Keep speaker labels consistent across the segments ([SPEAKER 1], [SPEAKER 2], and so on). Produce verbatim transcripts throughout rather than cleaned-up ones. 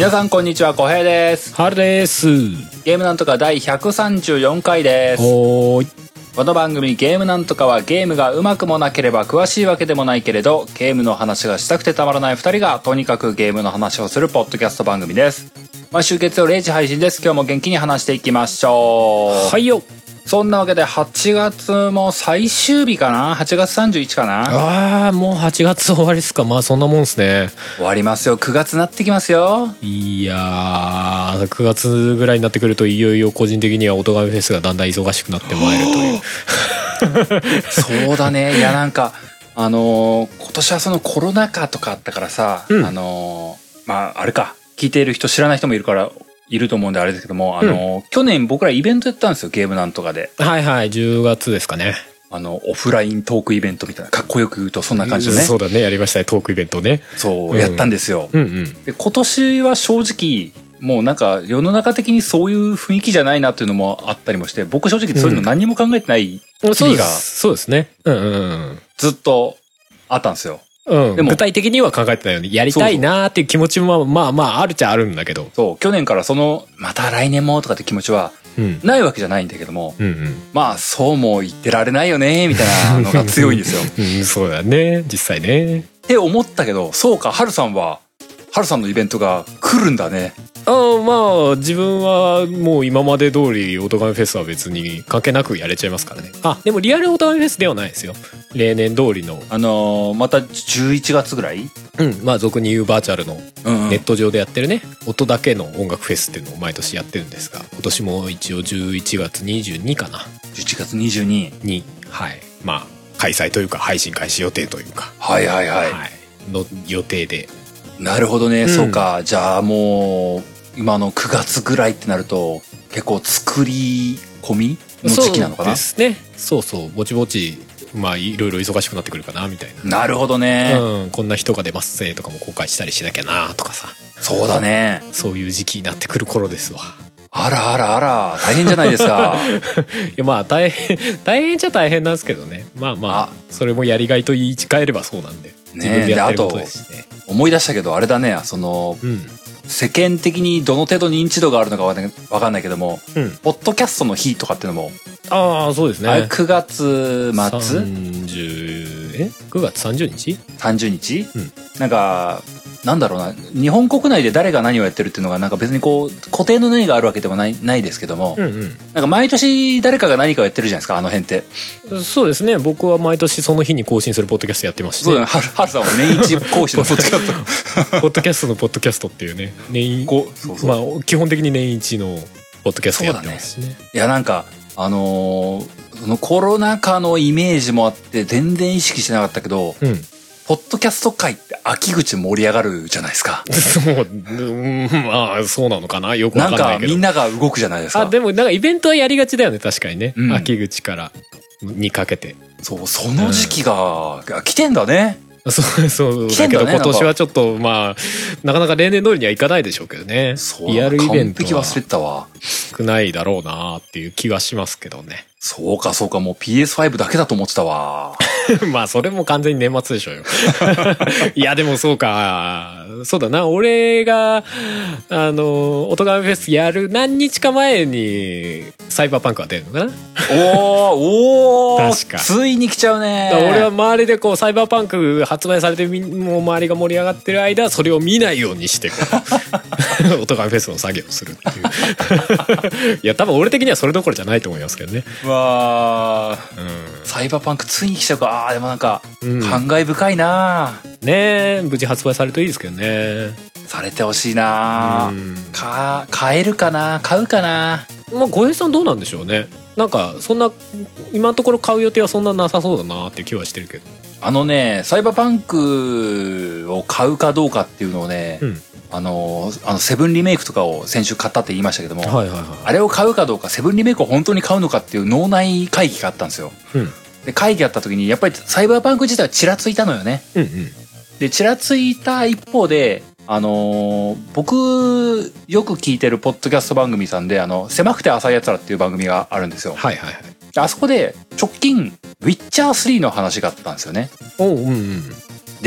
[SPEAKER 1] 皆さんこんにちは、小平です。
[SPEAKER 2] 春です。
[SPEAKER 1] ゲームなんとかだいひゃくさんじゅうよんかいです。
[SPEAKER 2] おーい。
[SPEAKER 1] この番組ゲームなんとかは、ゲームがうまくもなければ詳しいわけでもないけれど、ゲームの話がしたくてたまらないふたりがとにかくゲームの話をするポッドキャスト番組です。毎週月曜れいじ配信です。今日も元気に話していきましょう。
[SPEAKER 2] はいよ。
[SPEAKER 1] そんなわけではちがつも最終日かな、はちがつさんじゅういちかな。
[SPEAKER 2] あー、もうはちがつ終わりっすか。まあそんなもんすね。
[SPEAKER 1] 終わりますよ。くがつになってきますよ。
[SPEAKER 2] いやー、くがつぐらいになってくるといよいよ個人的にはオトガメフェスがだんだん忙しくなってまいるという
[SPEAKER 1] そうだね。いやなんかあのー、今年はそのコロナ禍とかあったからさ、うん、あのー、まああれか、聞いている人知らない人もいるからいると思うんであれですけども、あのーうん、去年僕らイベントやったんですよ、ゲームなんとかで。
[SPEAKER 2] はいはい、じゅうがつですかね。
[SPEAKER 1] あのオフライントークイベントみたいな、かっこよく言うとそんな感じでね。
[SPEAKER 2] そうだね、やりましたね、トークイベントね。
[SPEAKER 1] そう、うん、やったんですよ、
[SPEAKER 2] うんうん、
[SPEAKER 1] で今年は正直もうなんか世の中的にそういう雰囲気じゃないなっていうのもあったりもして、僕正直そういうの何も考えてない日々が、
[SPEAKER 2] そうですね、うんうんうん、
[SPEAKER 1] ずっとあったんですよ。
[SPEAKER 2] うん、でも具体的には考えてないようにやりたいなーっていう気持ちもまあまああるっちゃあるんだけど、
[SPEAKER 1] そう去年からそのまた来年もとかって気持ちはないわけじゃないんだけども、うんうん、まあそうも言ってられないよねみたいなのが強いんですよ、
[SPEAKER 2] うん、そうだね、実際ね
[SPEAKER 1] って思ったけど、そうか、ハルさんはハルさんのイベントが来るんだね。
[SPEAKER 2] ああ、まあ自分はもう今まで通りオトガメフェスは別に関係なくやれちゃいますからね。あ、でもリアルオトガメフェスではないですよ、例年通りの。
[SPEAKER 1] あのー、またじゅういちがつぐらい、
[SPEAKER 2] うん、まあ俗に言うバーチャルのネット上でやってるね、うんうん、音だけの音楽フェスっていうのを毎年やってるんですが、今年も一応じゅういちがつにじゅうにかな、
[SPEAKER 1] じゅういちがつにじゅうに
[SPEAKER 2] に、はい、まあ開催というか配信開始予定というか、
[SPEAKER 1] はいはいはい、
[SPEAKER 2] はい、の予定で。
[SPEAKER 1] なるほどね、うん、そうか。じゃあもう今のくがつぐらいってなると結構作り込みの時期なのかな。
[SPEAKER 2] そうですね、そうそう、ぼちぼちまあいろいろ忙しくなってくるかなみたいな。
[SPEAKER 1] なるほどね、
[SPEAKER 2] うん、こんな人が出ますぜとかも公開したりしなきゃなとかさ。
[SPEAKER 1] そうだね、
[SPEAKER 2] そういう時期になってくる頃ですわ。
[SPEAKER 1] あらあらあら、大変じゃないですか
[SPEAKER 2] いやまあ大変大変っちゃ大変なんですけどね、まあまあそれもやりがいと言い換えればそうなんで、自分でやってることですしね。
[SPEAKER 1] 思い出したけどあれだね、その、うん、世間的にどの程度認知度があるのかわかんないけども、うん、ポッドキャストの日とかっていうのも、
[SPEAKER 2] ああそうですね、あれ
[SPEAKER 1] くがつまつ、
[SPEAKER 2] さんじゅうえくがつさんじゅうにち
[SPEAKER 1] さんじゅうにち、うん、なんかなんだろうな、日本国内で誰が何をやってるっていうのがなんか別にこう固定の何があるわけでもないないですけども、うんうん、なんか毎年誰かが何かをやってるじゃないですか、あの辺って。
[SPEAKER 2] そうですね、僕は毎年その日に更新するポッドキャストやってますし、ね、
[SPEAKER 1] そうだね、はるさんは年一更新のポッドキャスト
[SPEAKER 2] ポッドキャストのポッドキャストっていうね、年そうそう、まあ基本的に年一のポッドキャストやってますしね。
[SPEAKER 1] いやなんかあのー、そのコロナ禍のイメージもあって全然意識してなかったけど、うん、ポッドキャスト界って秋口盛り上がるじゃないですか。
[SPEAKER 2] そう、うん、まあそうなのかな、よくわかんないけど、
[SPEAKER 1] なんかみんなが動くじゃないですか。
[SPEAKER 2] あ、でもなんかイベントはやりがちだよね、確かにね、うん、秋口からにかけて。
[SPEAKER 1] そう、その時期が、うん、来てんだね。
[SPEAKER 2] そうそうだけど、ね、今年はちょっとまあなかなか例年通りにはいかないでしょうけどね。リアルイベントは
[SPEAKER 1] 忘れてたわ、
[SPEAKER 2] 少ないだろうなっていう気はしますけどね。
[SPEAKER 1] そうかそうか、もう ピーエスファイブ だけだと思ってたわ
[SPEAKER 2] まあそれも完全に年末でしょうよいやでもそうか、そうだな、俺があのオトガメフェスやる何日か前にサイバーパンクが出るのかな。
[SPEAKER 1] おーおー
[SPEAKER 2] 確か
[SPEAKER 1] ついに来ちゃうね。
[SPEAKER 2] 俺は周りでこうサイバーパンク発売されて、もう周りが盛り上がってる間それを見ないようにしてオトガメフェスの作業をするっていういや多分俺的にはそれどころじゃないと思いますけどね。
[SPEAKER 1] わー、うん、サイバーパンクついに来ちゃうか。あーでもなんか感慨深いな、うん、
[SPEAKER 2] ねえ、無事発売されるといいですけどね。
[SPEAKER 1] されてほしいな、うん、か買えるかな、買うかな。
[SPEAKER 2] まあ小平さんどうなんでしょうね。なんかそんな今のところ買う予定はそんななさそうだなっていう気はしてるけど。
[SPEAKER 1] あのね、サイバーパンクを買うかどうかっていうのをね、うん、あのあのセブンリメイクとかを先週買ったって言いましたけども、はいはいはい、あれを買うかどうか、セブンリメイクを本当に買うのかっていう脳内会議があったんですよ、うん、で会議あった時にやっぱりサイバーパンク自体はちらついたのよね、うんうん、でちらついた一方で、あのー、僕よく聞いてるポッドキャスト番組さんで、あの狭くて浅いやつらっていう番組があるんですよ。はいはいはい。あそこで直近ウィッチャースリーの話があったんですよね。おう、うんうん。で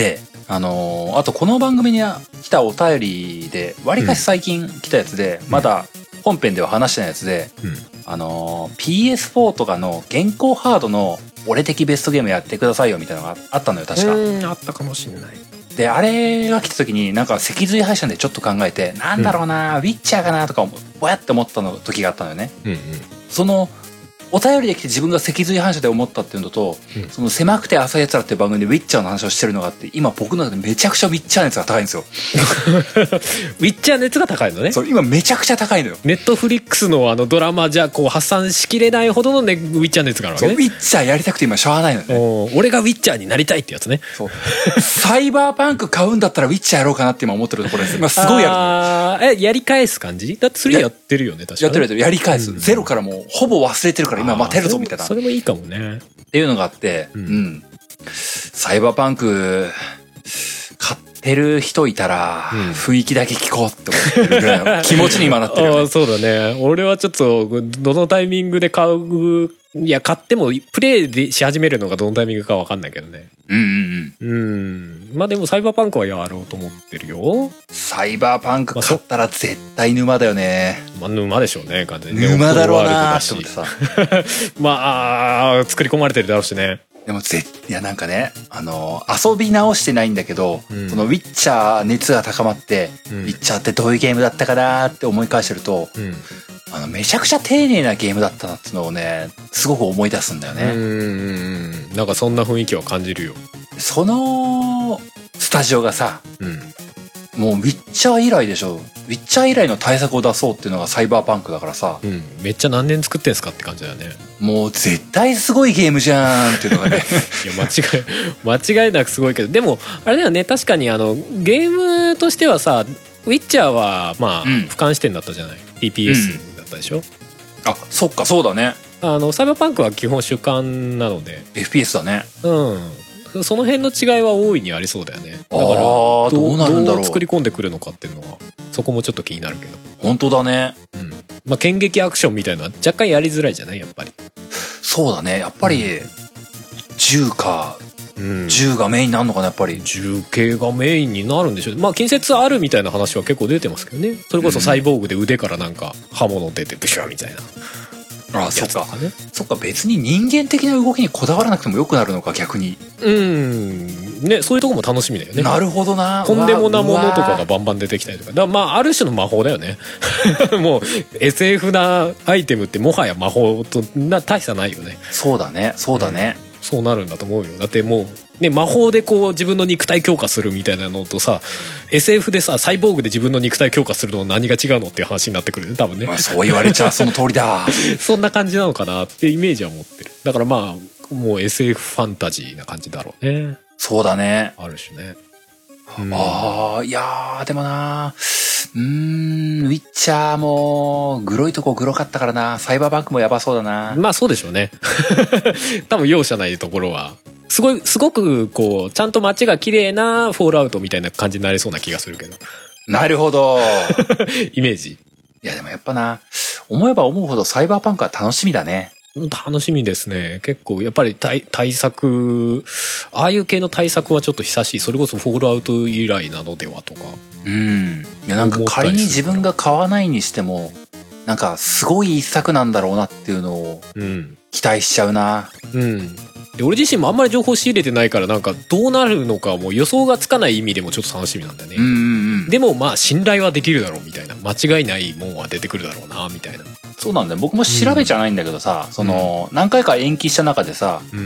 [SPEAKER 1] あのー、あとこの番組に来たお便りでわりかし最近来たやつで、うん、まだ本編では話してないやつで、うん、あのー、ピーエスフォー とかの現行ハードの俺的ベストゲームやってくださいよみたいなのがあったのよ確か。
[SPEAKER 2] うんあったかもしれない。
[SPEAKER 1] であれが来た時になんか脊髄反射でちょっと考えてなんだろうな、うん、ウィッチャーかなとかぼやって思ったの時があったのよね。うんうん、そのお便りで来て自分が脊髄反射で思ったっていうのと、うん、その狭くて浅いやつらっていう番組でウィッチャーの話をしてるのがあって、今僕の中でめちゃくちゃウィッチャー熱が高いんですよ。
[SPEAKER 2] ウィッチャー熱が高いのね。
[SPEAKER 1] そう今めちゃくちゃ高いのよ。
[SPEAKER 2] ネットフリックスのあのドラマじゃこう発散しきれないほどの、ね、ウィッチャー熱があるわけね。
[SPEAKER 1] そうウィッチャーやりたくて今しょうがないのね。
[SPEAKER 2] 俺がウィッチャーになりたいってやつね。そう
[SPEAKER 1] サイバーパンク買うんだったらウィッチャーやろうかなって今思ってるところです。今すごいやる。
[SPEAKER 2] あえやり返す感じだってそれやってるよね確かに。
[SPEAKER 1] やってるやってるやり返す、うん、ゼロからもうほぼ忘れてるから今待てるぞみたいな。
[SPEAKER 2] それもいいかもね
[SPEAKER 1] っていうのがあって、うん、うん、サイバーパンク買ってる人いたら、うん、雰囲気だけ聞こうって思ってるぐらいの気持ちに今なってるよね。
[SPEAKER 2] あそうだね。俺はちょっとどのタイミングで買ういや買ってもプレイでし始めるのがどのタイミングか分かんないけどね。
[SPEAKER 1] うんうんうん。
[SPEAKER 2] うんまあでもサイバーパンクはやろうと思ってるよ。
[SPEAKER 1] サイバーパンク買ったら絶対沼だよね。
[SPEAKER 2] まあ沼でしょうね完全に。
[SPEAKER 1] 沼だろうなーって思ってさ。
[SPEAKER 2] まあ作り込まれてるだろうしね。
[SPEAKER 1] でもぜいやなんかねあの遊び直してないんだけど、うん、そのウィッチャー熱が高まって、うん、ウィッチャーってどういうゲームだったかなって思い返してると、うん、あのめちゃくちゃ丁寧なゲームだったなっていうのをねすごく思い出すんだよね。
[SPEAKER 2] うんなんかそんな雰囲気は感じるよ。
[SPEAKER 1] そのスタジオがさ、うん、もうウィッチャー以来でしょ。ウィッチャー以来の対策を出そうっていうのがサイバーパンクだからさ、
[SPEAKER 2] うん、めっちゃ何年作ってんすかって感じだよね。
[SPEAKER 1] もう絶対すごいゲームじゃんっていうのがね
[SPEAKER 2] いや間違い間違いなくすごいけど、でもあれだよね確かにあのゲームとしてはさウィッチャーはまあ、うん、俯瞰視点だったじゃない。 ティーピーエス だったでしょ、うん、
[SPEAKER 1] あそっかそうだね。
[SPEAKER 2] あのサイバーパンクは基本主観なので
[SPEAKER 1] エフピーエス だね。
[SPEAKER 2] うんその辺の違いは大いにありそうだよね。だから
[SPEAKER 1] どう、どうなるんだろう。
[SPEAKER 2] どう作り込んでくるのかっていうのはそこもちょっと気になるけど。
[SPEAKER 1] 本当だね。
[SPEAKER 2] うん。まあ剣撃アクションみたいなのは若干やりづらいじゃないやっぱり。
[SPEAKER 1] そうだねやっぱり、うん、銃か、うん、銃がメインになるのかなやっぱり。
[SPEAKER 2] 銃系がメインになるんでしょう。まあ近接あるみたいな話は結構出てますけどね。それこそサイボーグで腕からなんか刃物出てブシューみたいな。
[SPEAKER 1] ああそっか、ね、そっか別に人間的な動きにこだわらなくてもよくなるのか逆に。
[SPEAKER 2] うんねそういうとこも楽しみだよね。
[SPEAKER 1] なるほどな。
[SPEAKER 2] とんでもなものとかがバンバン出てきたりとか。だからまあある種の魔法だよねもう エスエフ なアイテムってもはや魔法とな大差ないよね。
[SPEAKER 1] そうだねそうだね、
[SPEAKER 2] うん、そうなるんだと思うよ。だってもうね魔法でこう自分の肉体強化するみたいなのとさ エスエフ でさサイボーグで自分の肉体強化するのは何が違うのっていう話になってくるね多分ね。
[SPEAKER 1] まあ、そう言われちゃその通りだ
[SPEAKER 2] そんな感じなのかなっていうイメージは持ってる。だからまあもう エスエフ ファンタジーな感じだろうね。
[SPEAKER 1] そうだね
[SPEAKER 2] ある種ね、
[SPEAKER 1] うん、ああいやーでもなうーんウィッチャーもグロいとこグロかったからな。サイバーバンクもやばそうだな。
[SPEAKER 2] まあそうでしょうね多分容赦ないところはすごいすごくこうちゃんと街が綺麗なフォールアウトみたいな感じになりそうな気がするけど。
[SPEAKER 1] なるほど
[SPEAKER 2] イメージ。
[SPEAKER 1] いやでもやっぱな思えば思うほどサイバーパンクは楽しみだね。
[SPEAKER 2] 楽しみですね。結構やっぱり 対, 対策ああいう系の対策はちょっと久しい。それこそフォールアウト以来なのではとか。
[SPEAKER 1] うんいやなんか仮に自分が買わないにしてもなんかすごい一作なんだろうなっていうのを期待しちゃうな。
[SPEAKER 2] うん、うんで俺自身もあんまり情報仕入れてないからなんかどうなるのかもう予想がつかない意味でもちょっと楽しみなんだよね。うんうんうん、でもまあ信頼はできるだろうみたいな間違いないもんは出てくるだろうなみたいな。
[SPEAKER 1] そうなんだよ。僕も調べちゃないんだけどさ、うん、その何回か延期した中でさ、うん、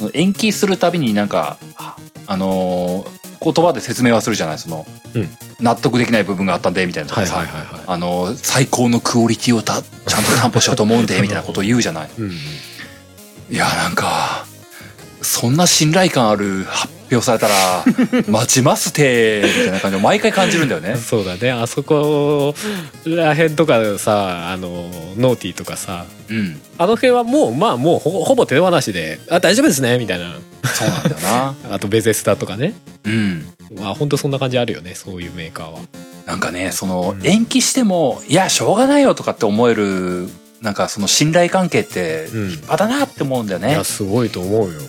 [SPEAKER 1] 延期するたびになんかあのー、言葉で説明はするじゃない。その、うん、納得できない部分があったんでみたいなとかさ、はいはいはいはい、あのー、最高のクオリティをたちゃんと担保しようと思うんでみたいなことを言うじゃない。うん、いやなんかそんな信頼感ある発表されたら待ちますてみたいな感じを毎回感じるんだよね。
[SPEAKER 2] そうだね。あそこらへんとかさあのノーティーとかさ、うん、あの辺はもうまあもう ほ, ほぼ手放しであ大丈夫ですねみたいな。
[SPEAKER 1] そうなんだよな
[SPEAKER 2] あとベゼスタとかね。
[SPEAKER 1] うん
[SPEAKER 2] まあ本当そんな感じあるよねそういうメーカーは。
[SPEAKER 1] なんかねその、うん、延期してもいやしょうがないよとかって思えるなんかその信頼関係って立派だなって思うんだよね。
[SPEAKER 2] うん、いやすごいと思うよ。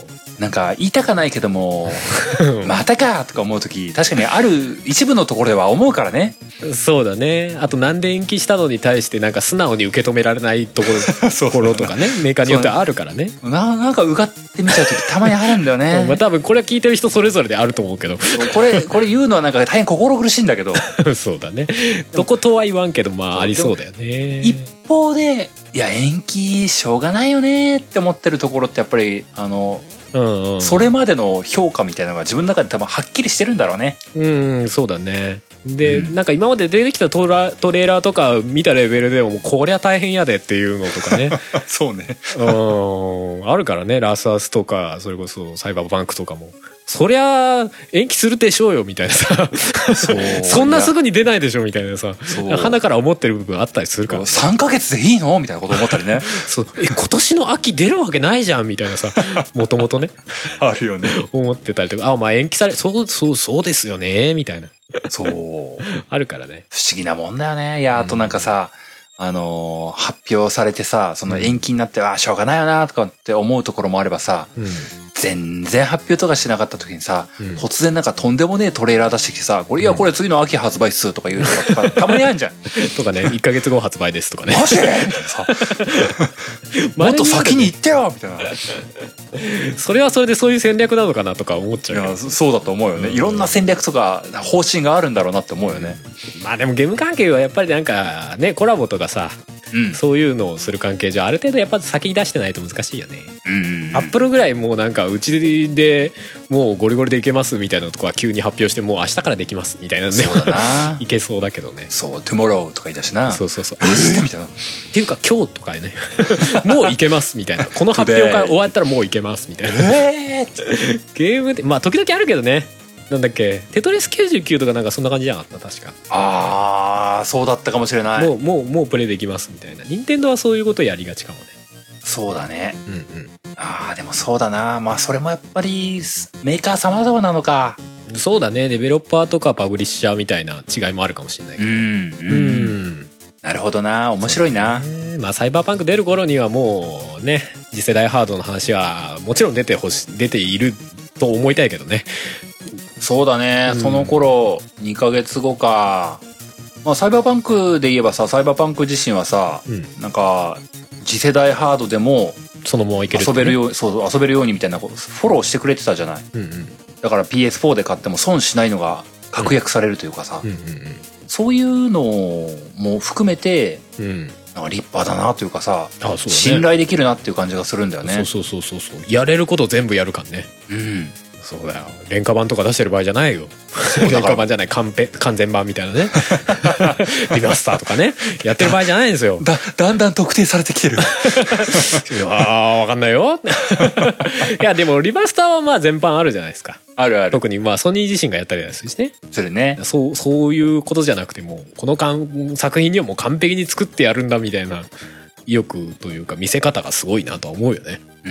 [SPEAKER 1] なんか言いたかないけどもまたかとか思う時確かにある一部のところでは思うからね。
[SPEAKER 2] そうだね。あとなんで延期したのに対してなんか素直に受け止められないところところとかねメーカーによってあるからね。
[SPEAKER 1] な, なんかうがってみちゃう時たまにあるんだよね。
[SPEAKER 2] まあ多分これは聞いてる人それぞれであると思うけど
[SPEAKER 1] これこれ言うのはなんか大変心苦しいんだけど
[SPEAKER 2] そうだね。どことは言わんけどまあありそうだよね。
[SPEAKER 1] 一方でいや延期しょうがないよねって思ってるところってやっぱりあのうんうん、それまでの評価みたいなのが自分の中で多分はっきりしてるんだろうね。
[SPEAKER 2] うん、そうだね。で、うん、なんか今まで出てきたトラトレーラーとか見たレベルでももうこりゃ大変やでっていうのとかね
[SPEAKER 1] そうね
[SPEAKER 2] うんあるからね。ラスアスとかそれこそサイバーバンクとかもそりゃ延期するでしょうよみたいなさそ, そんなすぐに出ないでしょみたいなさ鼻から思ってる部分あったりするから、
[SPEAKER 1] さんかげつでいいのみたいなこと思ったりね
[SPEAKER 2] そうえ今年の秋出るわけないじゃんみたいなさもともとね
[SPEAKER 1] あるよね
[SPEAKER 2] 思ってたりとかあまあ延期されそうそうそうですよねみたいな
[SPEAKER 1] そう
[SPEAKER 2] あるからね。
[SPEAKER 1] 不思議なもんだよね。いやあとなんかさ、うん、あのー、発表されてさその延期になって、うん、あしょうがないよなとかって思うところもあればさ、うん、全然発表とかしなかった時にさ、うん、突然なんかとんでもねえトレーラー出してきてさこれいやこれ次の秋発売っすとか言うとかたまにあるじゃん
[SPEAKER 2] とかねいっかげつご発売ですとかね
[SPEAKER 1] マジみたいなさもっと先に行ってよみたいな
[SPEAKER 2] それはそれでそういう戦略なのかなとか思っちゃう。
[SPEAKER 1] いやそうだと思うよね。いろんな戦略とか方針があるんだろうなって思うよね。
[SPEAKER 2] まあでもゲーム関係はやっぱりなんかねコラボとかさ、うん、そういうのをする関係上ある程度やっぱ先に出してないと難しいよね。うんうん、アップルぐらいもうなんかうちでもうゴリゴリでいけますみたいなとこは急に発表してもう明日からできますみたいなねそうだないけそうだけどね。
[SPEAKER 1] そう tomorrow とか言い出しな。
[SPEAKER 2] そうそうそう明日みたいなっていうか今日とかねもういけますみたいなこの発表会終わったらもういけますみたいなえー、ゲームでまあ時々あるけどね。なんだっけテトリスきゅうじゅうきゅうとかなんかそんな感じじゃなかった確か。
[SPEAKER 1] ああそうだったかもしれない。
[SPEAKER 2] もうもうもうプレイできますみたいな。任天堂はそういうことやりがちかもね。
[SPEAKER 1] そうだね。うんうん。ああでもそうだな。まあそれもやっぱりメーカー様々なのか。
[SPEAKER 2] そうだね。デベロッパーとかパブリッシャーみたいな違いもあるかもしれないけど。うんうん。
[SPEAKER 1] うんなるほどな。面白いな。
[SPEAKER 2] ね、まあサイバーパンク出る頃にはもうね次世代ハードの話はもちろん出てほし出ていると思いたいけどね。
[SPEAKER 1] そうだね、うん、その頃にかげつごか、まあ、サイバーパンクで言えばさサイバーパンク自身はさ、うん、なんか次世代ハードでも
[SPEAKER 2] そのままいける、
[SPEAKER 1] ね、遊べるようそう遊べるようにみたいなフォローしてくれてたじゃない、うんうん、だから ピーエスフォー で買っても損しないのが確約されるというかさ、うんうんうんうん、そういうのも含めて、うん、なんか立派だなというかさ、ああそうだね、信頼できるなっていう感じがするんだよね。
[SPEAKER 2] そうそうそうそうやれること全部やるからね。うんそうだよ廉価版とか出してる場合じゃないよ廉価版じゃない完完全版みたいなねリマスターとかねやってる場合じゃないんですよ。
[SPEAKER 1] だ, だんだん特定されてきてる
[SPEAKER 2] いや分かんないよいやでもリマスターはまあ全般あるじゃないですか。
[SPEAKER 1] あるある。
[SPEAKER 2] 特にまあソニー自身がやったりですしね。
[SPEAKER 1] それね
[SPEAKER 2] そうそういうことじゃなくてもこのかん作品にはもう完璧に作ってやるんだみたいな意欲というか見せ方がすごいなとは思うよね。
[SPEAKER 1] うん、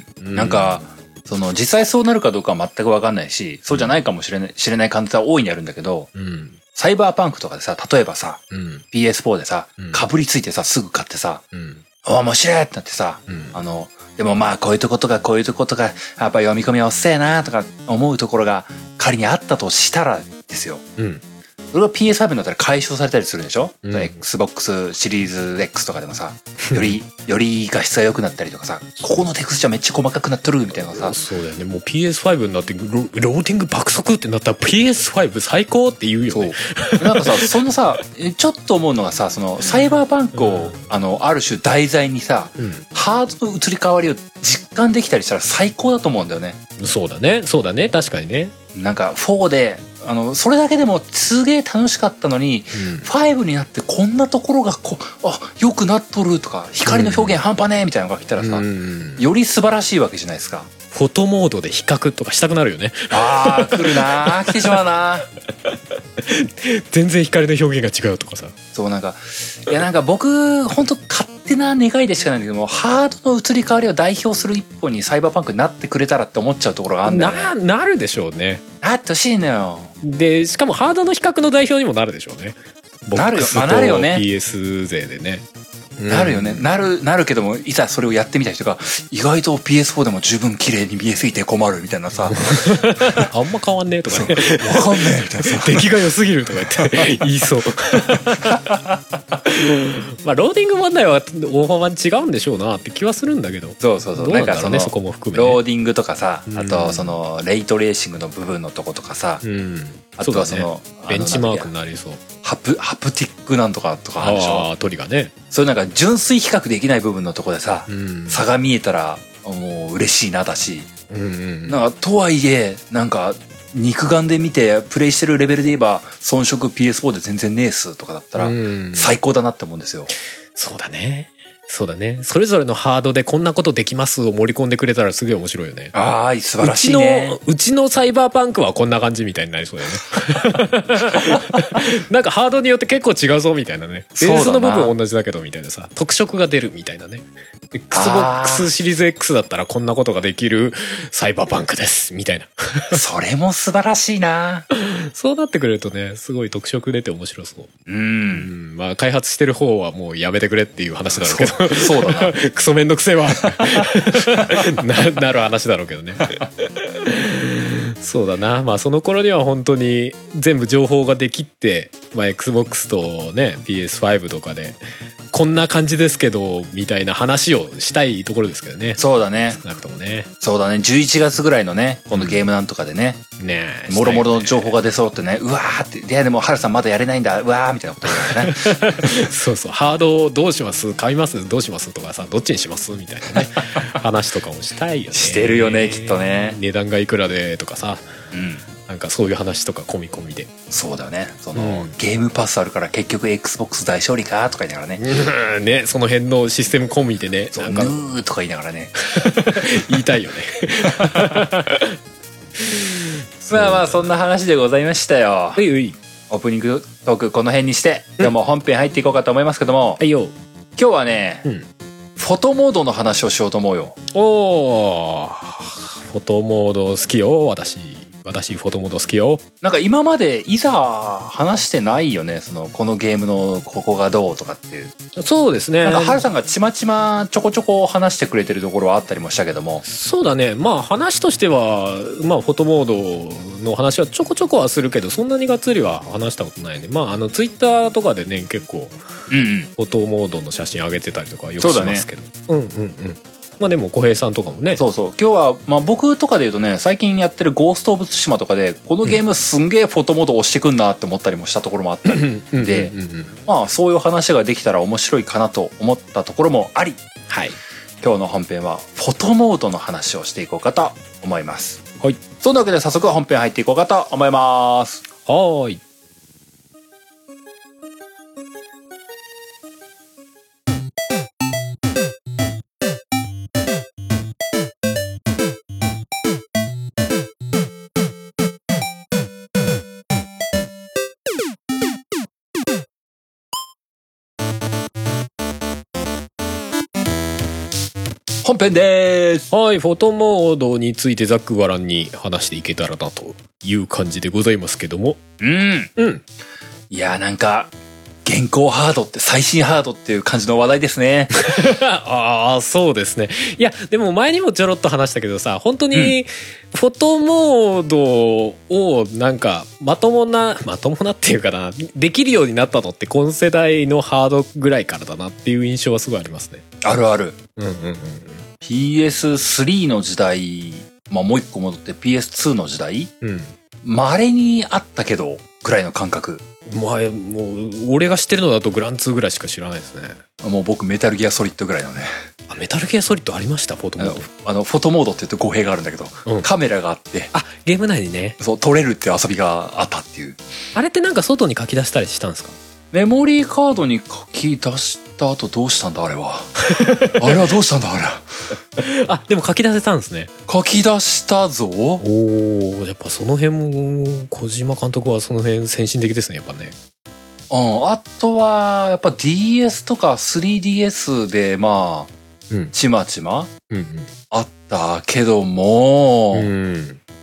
[SPEAKER 1] うん、なんかその実際そうなるかどうかは全く分かんないしそうじゃないかもしれない、知れない可能性は大いにあるんだけど、うん、サイバーパンクとかでさ例えばさ、うん、ピーエスフォー でさ、うん、かぶりついてさすぐ買ってさ、うん、お面白いってなってさ、うん、あのでもまあこういうとことかこういうとことかやっぱ読み込みは遅えなとか思うところが仮にあったとしたらですよ、うん、それが ピーエスファイブ になったら解消されたりするでしょ、うん、Xbox シリーズ X とかでもさよりより画質が良くなったりとかさここのテクスチャめっちゃ細かくなっとるみたいなさ
[SPEAKER 2] そうだよね。もう ピーエスファイブ になってロ, ローティング爆速ってなったら ピーエスファイブ 最高って言うよね。
[SPEAKER 1] そうなんかさそのさちょっと思うのがさそのサイバーパンクを、うん、あのある種題材にさ、うん、ハードの移り変わりを実感できたりしたら最高だと思うんだよね。
[SPEAKER 2] そうだねそうだね確かにね。
[SPEAKER 1] なんかフォーであのそれだけでもすげえ楽しかったのに、うん、ファイブになってこんなところがこあ良くなっとるとか光の表現半端ねえみたいなのが来たらさ、うん、より素晴らしいわけじゃないですか。
[SPEAKER 2] フォトモードで比較とかしたくなるよね。
[SPEAKER 1] あー来るな来てしまうな
[SPEAKER 2] 全然光の表現が違うとかさ
[SPEAKER 1] そうなんかいやなんか僕本当勝手な願いでしかないんだけどもハードの移り変わりを代表する一歩にサイバーパンクになってくれたらって思っちゃうところがあるんだよね。
[SPEAKER 2] な, なるでしょうね。
[SPEAKER 1] なってほしいのよ。
[SPEAKER 2] でしかもハードの比較の代表にもなるでしょうね。
[SPEAKER 1] なるよ、まあ、なるよね。
[SPEAKER 2] ピーエス 勢でね
[SPEAKER 1] なるよね、なるなるけども、いざそれをやってみた人が意外と ピーエスフォー でも十分綺麗に見えすぎて困るみたいなさ
[SPEAKER 2] あんま変わんねえとかね、
[SPEAKER 1] 分かんねえみたいなさ
[SPEAKER 2] 出来が良すぎるとか言って言いそうまあローディング問題は大幅に違うんでしょうなって気はするんだけど、
[SPEAKER 1] そうそうそう、
[SPEAKER 2] どうなんだろうね、そこも含め、ね、
[SPEAKER 1] ローディングとかさ、あとそのレイトレーシングの部分のとことかさ、うん、あとはその、
[SPEAKER 2] ね、ベンチマークになりそう、
[SPEAKER 1] ハプハプティックなんとかとかあるでしょ、
[SPEAKER 2] あトリガーね、
[SPEAKER 1] そういうなんか純粋比較できない部分のとこでさ、うん、差が見えたらもう嬉しいなだし、うんうん、なんかとはいえなんか肉眼で見てプレイしてるレベルで言えば遜色 ピーエスフォー で全然ねえっすとかだったら最高だなって思うんですよ。
[SPEAKER 2] そうだね。そうだね。それぞれのハードでこんなことできますを盛り込んでくれたらすげえ面白いよね。
[SPEAKER 1] ああ、素晴らしいね。
[SPEAKER 2] うちの、うちのサイバーパンクはこんな感じみたいになりそうだよね。なんかハードによって結構違うぞみたいなね。ベースの部分同じだけどみたいなさ、特色が出るみたいなね。Xbox シリーズ X だったらこんなことができるサイバーパンクですみたいな。
[SPEAKER 1] それも素晴らしいな。
[SPEAKER 2] そうなってくれるとね、すごい特色出て面白そう。
[SPEAKER 1] うん。うん、
[SPEAKER 2] まあ開発してる方はもうやめてくれっていう話だろうけど。
[SPEAKER 1] そうだな。
[SPEAKER 2] クソめんどくせえわな, なる話だろうけどねそうだな。まあその頃には本当に全部情報ができて、まあ、Xbox とね ピーエスファイブ とかでこんな感じですけどみたいな話をしたいところですけどね。
[SPEAKER 1] そうだね。
[SPEAKER 2] 少なくともね。
[SPEAKER 1] そうだね。じゅういちがつぐらいのね、このゲームなんとかでね、うん、ねえ、もろもろの情報が出そうってね、うわーって、いやでもハルさんまだやれないんだ、うわーみたいなこと言うね。
[SPEAKER 2] そうそう、ハードどうします、買いますどうしますとかさ、どっちにしますみたいなね話とかもしたいよね。
[SPEAKER 1] してるよねきっとね。
[SPEAKER 2] 値段がいくらでとかさ、
[SPEAKER 1] うん。
[SPEAKER 2] なんかそういう話とか込み込みで。
[SPEAKER 1] そうだよね。その、うん、ゲームパスあるから結局 Xbox 大勝利かとか言いながらね。
[SPEAKER 2] うん、ね、その辺のシステム込みでね。
[SPEAKER 1] そう、ヌーとか言いながらね。
[SPEAKER 2] 言いたいよね。
[SPEAKER 1] まあまあそんな話でございましたよ。
[SPEAKER 2] ういうい。
[SPEAKER 1] オープニングトークこの辺にして、でも本編入っていこうかと思いますけども。
[SPEAKER 2] はいよ。
[SPEAKER 1] 今日はね、うん、フォトモードの話をしようと思うよ。
[SPEAKER 2] おー、フォトモード好きよ私。私フォトモード好きよ。
[SPEAKER 1] なんか今までいざ話してないよね、そのこのゲームのここがどうとかっていう。
[SPEAKER 2] そうですね。
[SPEAKER 1] なんかハルさんがちまちまちょこちょこ話してくれてるところはあったりもしたけども。
[SPEAKER 2] そうだね。まあ話としてはまあフォトモードの話はちょこちょこはするけど、そんなにがっつりは話したことないね。まああのツイッターとかでね結構フォトモードの写真上げてたりとかよくしますけど。そうだね。うんうんうん。まあでも小平さんとかもね。
[SPEAKER 1] そうそう。今日はまあ僕とかで言うとね、最近やってるゴースト・オブ・ツシマとかでこのゲームすんげえフォトモード押してくんなって思ったりもしたところもあったりで、まあそういう話ができたら面白いかなと思ったところもあり、はい。今日の本編はフォトモードの話をしていこうかと思います。はい。そんなわけで早速本編入っていこうかと思います。
[SPEAKER 2] はーい。
[SPEAKER 1] 本編です。
[SPEAKER 2] はい、フォトモードについてざっくばらんに話していけたらなという感じでございますけども。
[SPEAKER 1] うん。うん。いや、なんか、現行ハードって最新ハードっていう感じの話題ですね。
[SPEAKER 2] ああ、そうですね。いや、でも前にもちょろっと話したけどさ、本当にフォトモードをなんかまともな、まともなっていうかな、できるようになったのって今世代のハードぐらいからだなっていう印象はすごいありますね。
[SPEAKER 1] あるある。
[SPEAKER 2] うんうんうん。
[SPEAKER 1] ピーエススリー の時代、まあもう一個戻って ピーエスツー の時代、うん、稀にあったけどぐらいの感覚。
[SPEAKER 2] まあ、もう俺が知ってるのだとグランツーぐらいしか知らないですね。
[SPEAKER 1] もう僕メタルギアソリッドぐらいのね。
[SPEAKER 2] あ、メタルギアソリッドありました。フォトモード。
[SPEAKER 1] あのフォトモードって言うと語弊があるんだけど、うん、カメラがあって、
[SPEAKER 2] あ、ゲーム内にね、
[SPEAKER 1] そう撮れるっていう遊びがあったっていう。
[SPEAKER 2] あれってなんか外に書き出したりしたんですか？
[SPEAKER 1] メモリーカードに書き出した後どうしたんだあれは。あれはどうしたんだあれ。
[SPEAKER 2] あ、でも書き出せたんですね。
[SPEAKER 1] 書き出したぞ。
[SPEAKER 2] おお、やっぱその辺も小島監督はその辺先進的ですね、やっぱね。
[SPEAKER 1] うん、あとはやっぱ ディーエス とか スリーディーエス でまあ、うん、ちまちま、うんうん、あったけども、うん、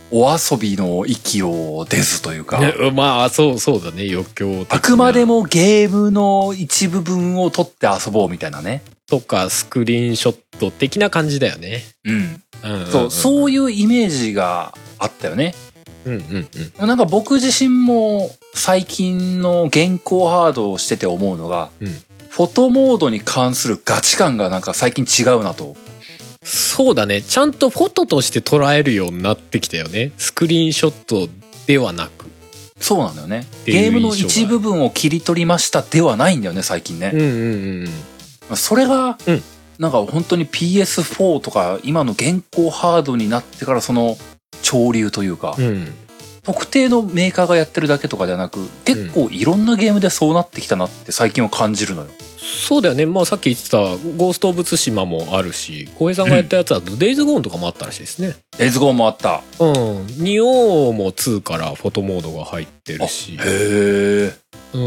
[SPEAKER 1] お遊びの域を出ずというか、
[SPEAKER 2] ね、まあそうそうだね、余興的な。
[SPEAKER 1] あくまでもゲームの一部分を取って遊ぼうみたいなね。
[SPEAKER 2] とかスクリーンショット的な感じだよね。
[SPEAKER 1] うん。うんうんうん、そうそういうイメージがあったよね。
[SPEAKER 2] うんうんうん。
[SPEAKER 1] なんか僕自身も最近の現行ハードをしてて思うのが、うん、フォトモードに関するガチ感がなんか最近違うなと。
[SPEAKER 2] そうだね、ちゃんとフォトとして捉えるようになってきたよね、スクリーンショットではなく。
[SPEAKER 1] そうなんだよね。ゲームの一部分を切り取りましたではないんだよね最近ね。
[SPEAKER 2] うんうんうん。
[SPEAKER 1] それが、うん、なんか本当に ピーエスフォー とか今の現行ハードになってからその潮流というか、うん、特定のメーカーがやってるだけとかではなく結構いろんなゲームでそうなってきたなって最近は感じるのよ。
[SPEAKER 2] そうだよね。まあさっき言ってたゴースト・オブ・ツシマもあるし、浩平さんがやったやつだとデイズ・ゴーンとかもあったらしいですね。
[SPEAKER 1] デイズ・ゴーンもあった。
[SPEAKER 2] うん。ニオもツーからフォトモードが入ってるし。
[SPEAKER 1] へえ。
[SPEAKER 2] うん。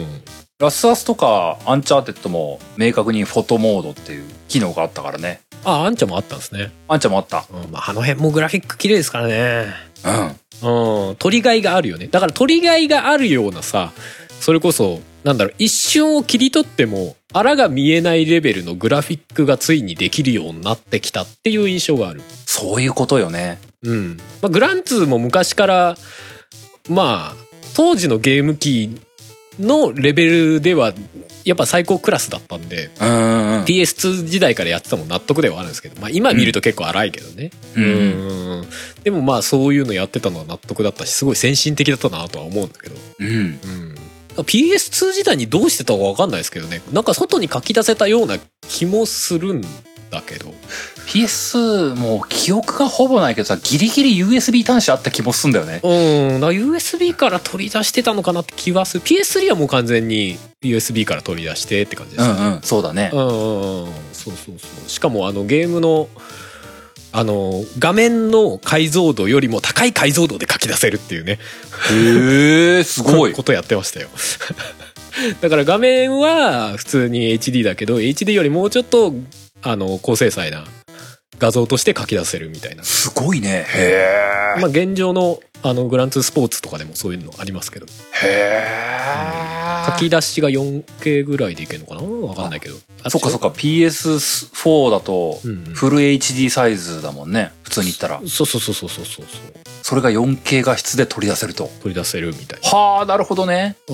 [SPEAKER 1] ラスアスとかアンチャーテッドも明確にフォトモードっていう機能があったからね。
[SPEAKER 2] あ、アンチャもあったんですね。
[SPEAKER 1] アンチャもあった。
[SPEAKER 2] うん、まあ、あの辺もグラフィック綺麗ですからね。
[SPEAKER 1] うん。
[SPEAKER 2] うん。取りがいがあるよね。だから取りがいがあるようなさ、それこそなんだろう、一瞬を切り取ってもあらが見えないレベルのグラフィックがついにできるようになってきたっていう印象がある。
[SPEAKER 1] そういうことよね。
[SPEAKER 2] うん。まあ、グランツーも昔からまあ当時のゲーム機のレベルではやっぱ最高クラスだったんで、うん、うん、ピーエスツー 時代からやってたも納得ではあるんですけど、まあ、今見ると結構荒いけどね、うん、うんでもまあそういうのやってたのは納得だったし、すごい先進的だったなとは思うんだけど、うん、うん、ピーエスツー 時代にどうしてたか分かんないですけどね、なんか外に書き出せたような気もするんだけど、
[SPEAKER 1] ピーエスツー もう記憶がほぼないけどさ、ギリギリ ユーエスビー 端子あった気もするんだよね。
[SPEAKER 2] うん、だから ユーエスビー から取り出してたのかなって気はする。 ピーエススリー はもう完全に ユーエスビー から取り出してって感じですね。
[SPEAKER 1] うんうん、そうだね。
[SPEAKER 2] うんうんうん、そうそうそう。しかもあのゲームのあの画面の解像度よりも高い解像度で書き出せるっていうね。
[SPEAKER 1] へえ、すごい
[SPEAKER 2] ことやってましたよだから画面は普通に エイチディー だけど エイチディー よりもうちょっとあの高精細な画像として書き出せるみたいな。
[SPEAKER 1] すごいね。へ
[SPEAKER 2] え。まあ現状のあのグランツースポーツとかでもそういうのありますけど。
[SPEAKER 1] へえ、
[SPEAKER 2] うん。書き出しが よんケー ぐらいでいけるのかな、わかんないけど。
[SPEAKER 1] そっかそっか、 ピーエスフォー だとフル エイチディー サイズだもんね、普通に言ったら。
[SPEAKER 2] そうそうそうそうそうそう。
[SPEAKER 1] それが よんケー 画質で取り出せると。
[SPEAKER 2] 取り出せるみたい
[SPEAKER 1] な。はあ、なるほどね。
[SPEAKER 2] うん。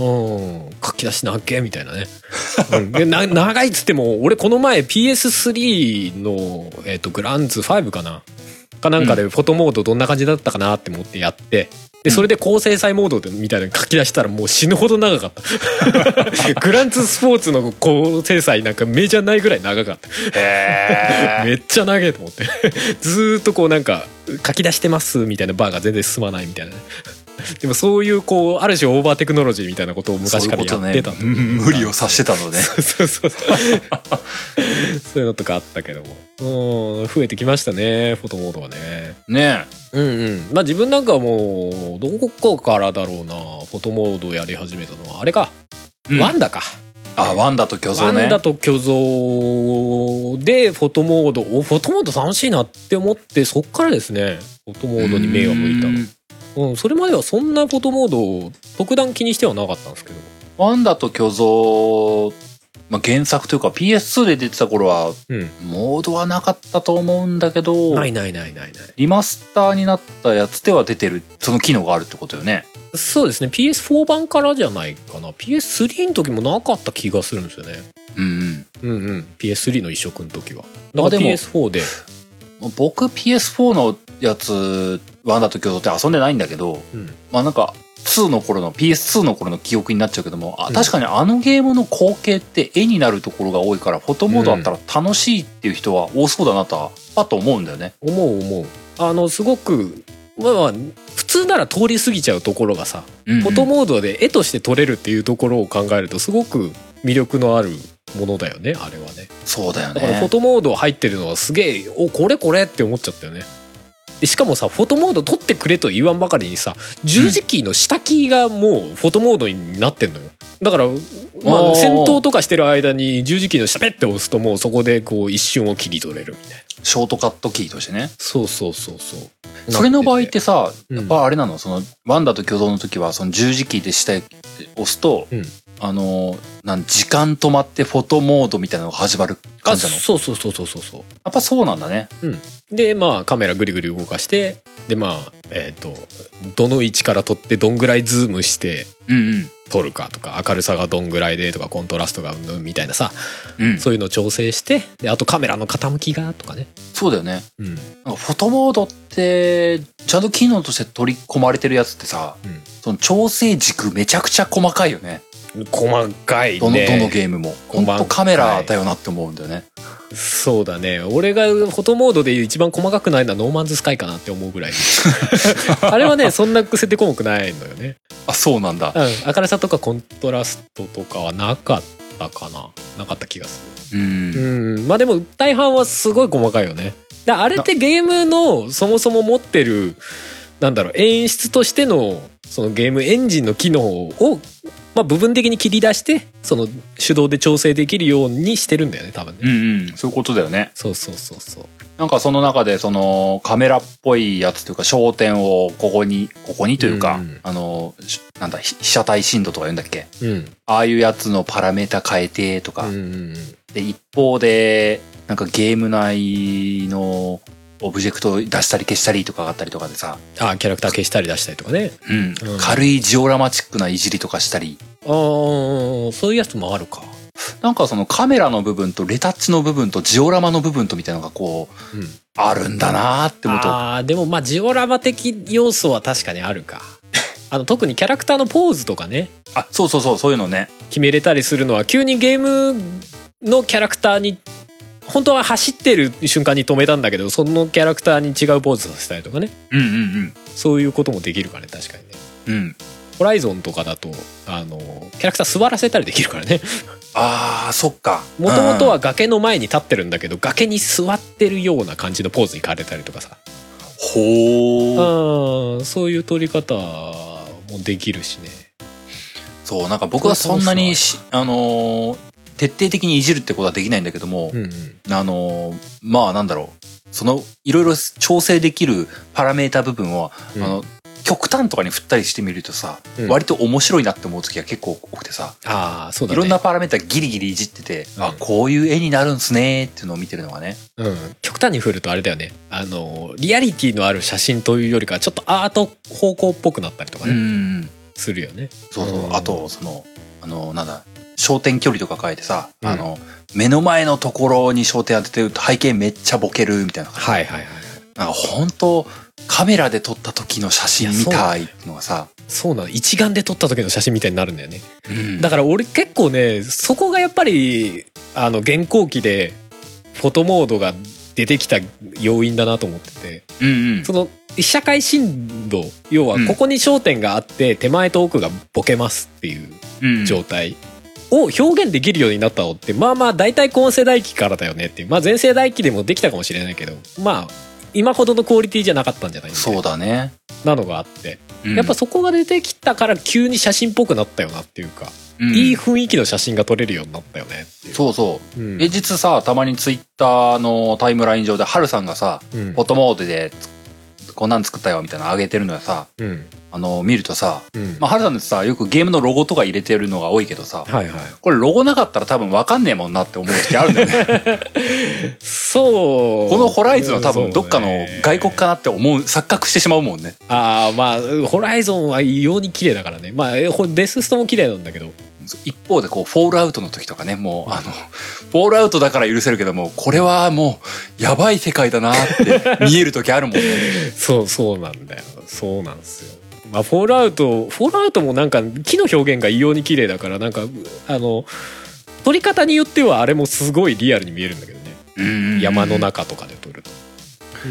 [SPEAKER 2] 書き出しなっけみたいなね。うん、でな長いっつっても、俺この前 ピーエススリー の、えーと、グランツーファイブかなかなんかでフォトモードどんな感じだったかなって思ってやって、でそれで高精細モードでみたいなの書き出したらもう死ぬほど長かったグランツースポーツの高精細なんか目じゃないぐらい長かったへめっちゃ長いと思ってずーっとこうなんか書き出してますみたいなバーが全然進まないみたいなでもそういうこうある種オーバーテクノロジーみたいなことを昔からやってた、
[SPEAKER 1] そういうことね、無理をさしてたのね
[SPEAKER 2] そうそうそうそういうのとかあったけども、うん、増えてきましたねフォトモードはね。
[SPEAKER 1] ね
[SPEAKER 2] え、うんうん。まあ自分なんかはもうどこからだろうな、フォトモードをやり始めたのはあれか、うん、ワンダか。
[SPEAKER 1] あ、ワンダと巨像ね。
[SPEAKER 2] ワンダと巨像でフォトモードおフォトモード楽しいなって思って、そっからですねフォトモードに目が向いたの。うん、それまではそんなフォトモードを特段気にしてはなかったんですけど、
[SPEAKER 1] ワンダと巨像、まあ、原作というか ピーエスツー で出てた頃は、うん、モードはなかったと思うんだけど、
[SPEAKER 2] ないないないないない、
[SPEAKER 1] リマスターになったやつでは出てる、その機能があるってことよね。
[SPEAKER 2] そうですね。 ピーエスフォー 版からじゃないかな。 ピーエススリー の時もなかった気がするんですよね。うんうんうんうん。 ピーエススリー の移植の時はだから ピーエスフォー で、
[SPEAKER 1] 僕 ピーエスフォー のやつワンダと巨像って遊んでないんだけど、うん、まあなんかツーの頃の ピーエスツー の頃の記憶になっちゃうけども、あ、確かにあのゲームの光景って絵になるところが多いから、フォトモードあったら楽しいっていう人は多そうだなとはパッと思うんだよね。
[SPEAKER 2] 思う思う。あのすごくまあまあ普通なら通り過ぎちゃうところがさ、うんうん、フォトモードで絵として撮れるっていうところを考えるとすごく魅力のあるものだよね、あれはね。
[SPEAKER 1] そうだよね。
[SPEAKER 2] だからフォトモード入ってるのはすげえ、おこれこれって思っちゃったよね。でしかもさ、フォトモード取ってくれと言わんばかりにさ、十字キーの下キーがもうフォトモードになってんのよ。だから、まあ、戦闘とかしてる間に十字キーの下ペッて押すともうそこでこう一瞬を切り取れるみたいな。
[SPEAKER 1] ショートカットキーとしてね。
[SPEAKER 2] そうそうそうそう。
[SPEAKER 1] それの場合ってさ、やっぱあれなの、そのワンダと巨像の時はその十字キーで下へ押すと、うん、あのなん時間止まってフォトモードみたいなのが始まる感じなの？
[SPEAKER 2] そうそうそうそうそうそう。
[SPEAKER 1] やっぱそうなんだね。
[SPEAKER 2] うん。でまあカメラぐりぐり動かして、でまあえっとどの位置から撮ってどんぐらいズームして撮るかとか、明るさがどんぐらいでとかコントラストがうんみたいなさ、うん、そういうのを調整して、であとカメラの傾きがとかね。
[SPEAKER 1] そうだよね。うん。なんかフォトモードってちゃんと機能として取り込まれてるやつってさ、うん、その調整軸めちゃくちゃ細かいよね。
[SPEAKER 2] 細かいね。
[SPEAKER 1] どのどのゲームも本当カメラだよなって思うんだよね。
[SPEAKER 2] そうだね。俺がフォトモードで一番細かくないのはノーマンズスカイかなって思うぐらいあれはねそんな設定項目ないのよね。
[SPEAKER 1] あ、そうなんだ。
[SPEAKER 2] うん、明るさとかコントラストとかはなかったかな。なかった気がする。うん、うん、まあでも大半はすごい細かいよね。だあれってゲームのそもそも持ってるなんだろう演出としてのそのゲームエンジンの機能をまあ部分的に切り出してその手動で調整できるようにしてるんだよね多分ね。
[SPEAKER 1] うんうん、そういうことだよね。
[SPEAKER 2] そうそうそうそう。
[SPEAKER 1] なんかその中でそのカメラっぽいやつというか焦点をここにここにというか、うん、あのなんだ被写体深度とか言うんだっけ、うん、ああいうやつのパラメータ変えてとか、うんうんうん、で一方でなんかゲーム内のオブジェクトを出したり消したりとかがあったりとかでさ、
[SPEAKER 2] あキャラクター消したり出したりとかね、
[SPEAKER 1] うんうん、軽いジオラマチックないじりとかしたり、
[SPEAKER 2] ああそういうやつもあるか。
[SPEAKER 1] なんかそのカメラの部分とレタッチの部分とジオラマの部分とみたいなのがこう、うん、あるんだなーって思うと、
[SPEAKER 2] あでもまあジオラマ的要素は確かにあるかあの特にキャラクターのポーズとかね、
[SPEAKER 1] あそうそうそうそういうのね
[SPEAKER 2] 決めれたりするのは急にゲームのキャラクターに本当は走ってる瞬間に止めたんだけどそのキャラクターに違うポーズさせたりとかね、うんうんうん、そういうこともできるからね確かにね。うん。ホライゾンとかだとあのキャラクター座らせたりできるからね
[SPEAKER 1] あーそっか。
[SPEAKER 2] もともとは崖の前に立ってるんだけど崖に座ってるような感じのポーズに変われたりとかさ、ほー、あそういう撮り方もできるしね。
[SPEAKER 1] そうなんか僕はそんなにあのー徹底的にいじるってことはできないんだけども、うんうん、あのまあなんだろうそのいろいろ調整できるパラメータ部分を、うん、あの極端とかに振ったりしてみるとさ、うん、割と面白いなって思う時が結構多くてさ、
[SPEAKER 2] あそうだね、
[SPEAKER 1] いろんなパラメータギリギリいじってて、うん、あこういう絵になるんすねっていうのを見てるのがね、
[SPEAKER 2] うん、極端に振るとあれだよね、あのリアリティのある写真というよりかちょっとアート方向っぽくなったりとかね、うん、するよね。
[SPEAKER 1] そうそう、うん、あとそのあのなんだ焦点距離とか変えてさ、うん、あの目の前のところに焦点当ててると背景めっちゃボケるみたいな感じ。はいはいはい。なんか本当カメラで撮った時の写真みたいってのがさ、
[SPEAKER 2] そうなの、一眼で撮った時の写真みたいになるんだよね。うん、だから俺結構ねそこがやっぱりあの現行機でフォトモードが出てきた要因だなと思ってて、うんうん、その被写界深度要はここに焦点があって手前と奥がボケますっていう状態。うんうんを表現できるようになったのってまあまあ大体今世代機からだよねっていう、まあ前世代機でもできたかもしれないけどまあ今ほどのクオリティじゃなかったんじゃないみたいな、
[SPEAKER 1] そうだね
[SPEAKER 2] なのがあって、うん、やっぱそこが出てきたから急に写真っぽくなったよなっていうか、うん、いい雰囲気の写真が撮れるようになったよねっていう。
[SPEAKER 1] そうそう、うん、え実さたまにツイッターのタイムライン上でハルさんがさ、うん、フォトモードでこんなん作ったよみたいなの上げてるのやさ、うん、あの見るとさ、うん、まあハルさんってさよくゲームのロゴとか入れてるのが多いけどさ、はいはい、これロゴなかったら多分分かんねえもんなって思う時あるんだよね
[SPEAKER 2] そう
[SPEAKER 1] このホライズンは多分どっかの外国かなって思う錯覚してしまうもんね。
[SPEAKER 2] ああまあホライゾンは異様に綺麗だからね。まあデスストも綺麗なんだけど
[SPEAKER 1] 一方でこうフォールアウトの時とかねもうあのフォールアウトだから許せるけどもこれはもうやばい世界だなって見える時あるもんね
[SPEAKER 2] そうそうなんだよ、そうなんですよ。まあフォールアウトフォールアウトもなんか木の表現が異様に綺麗だからなんかあの撮り方によってはあれもすごいリアルに見えるんだけどね、うん山の中とかで撮ると、うん、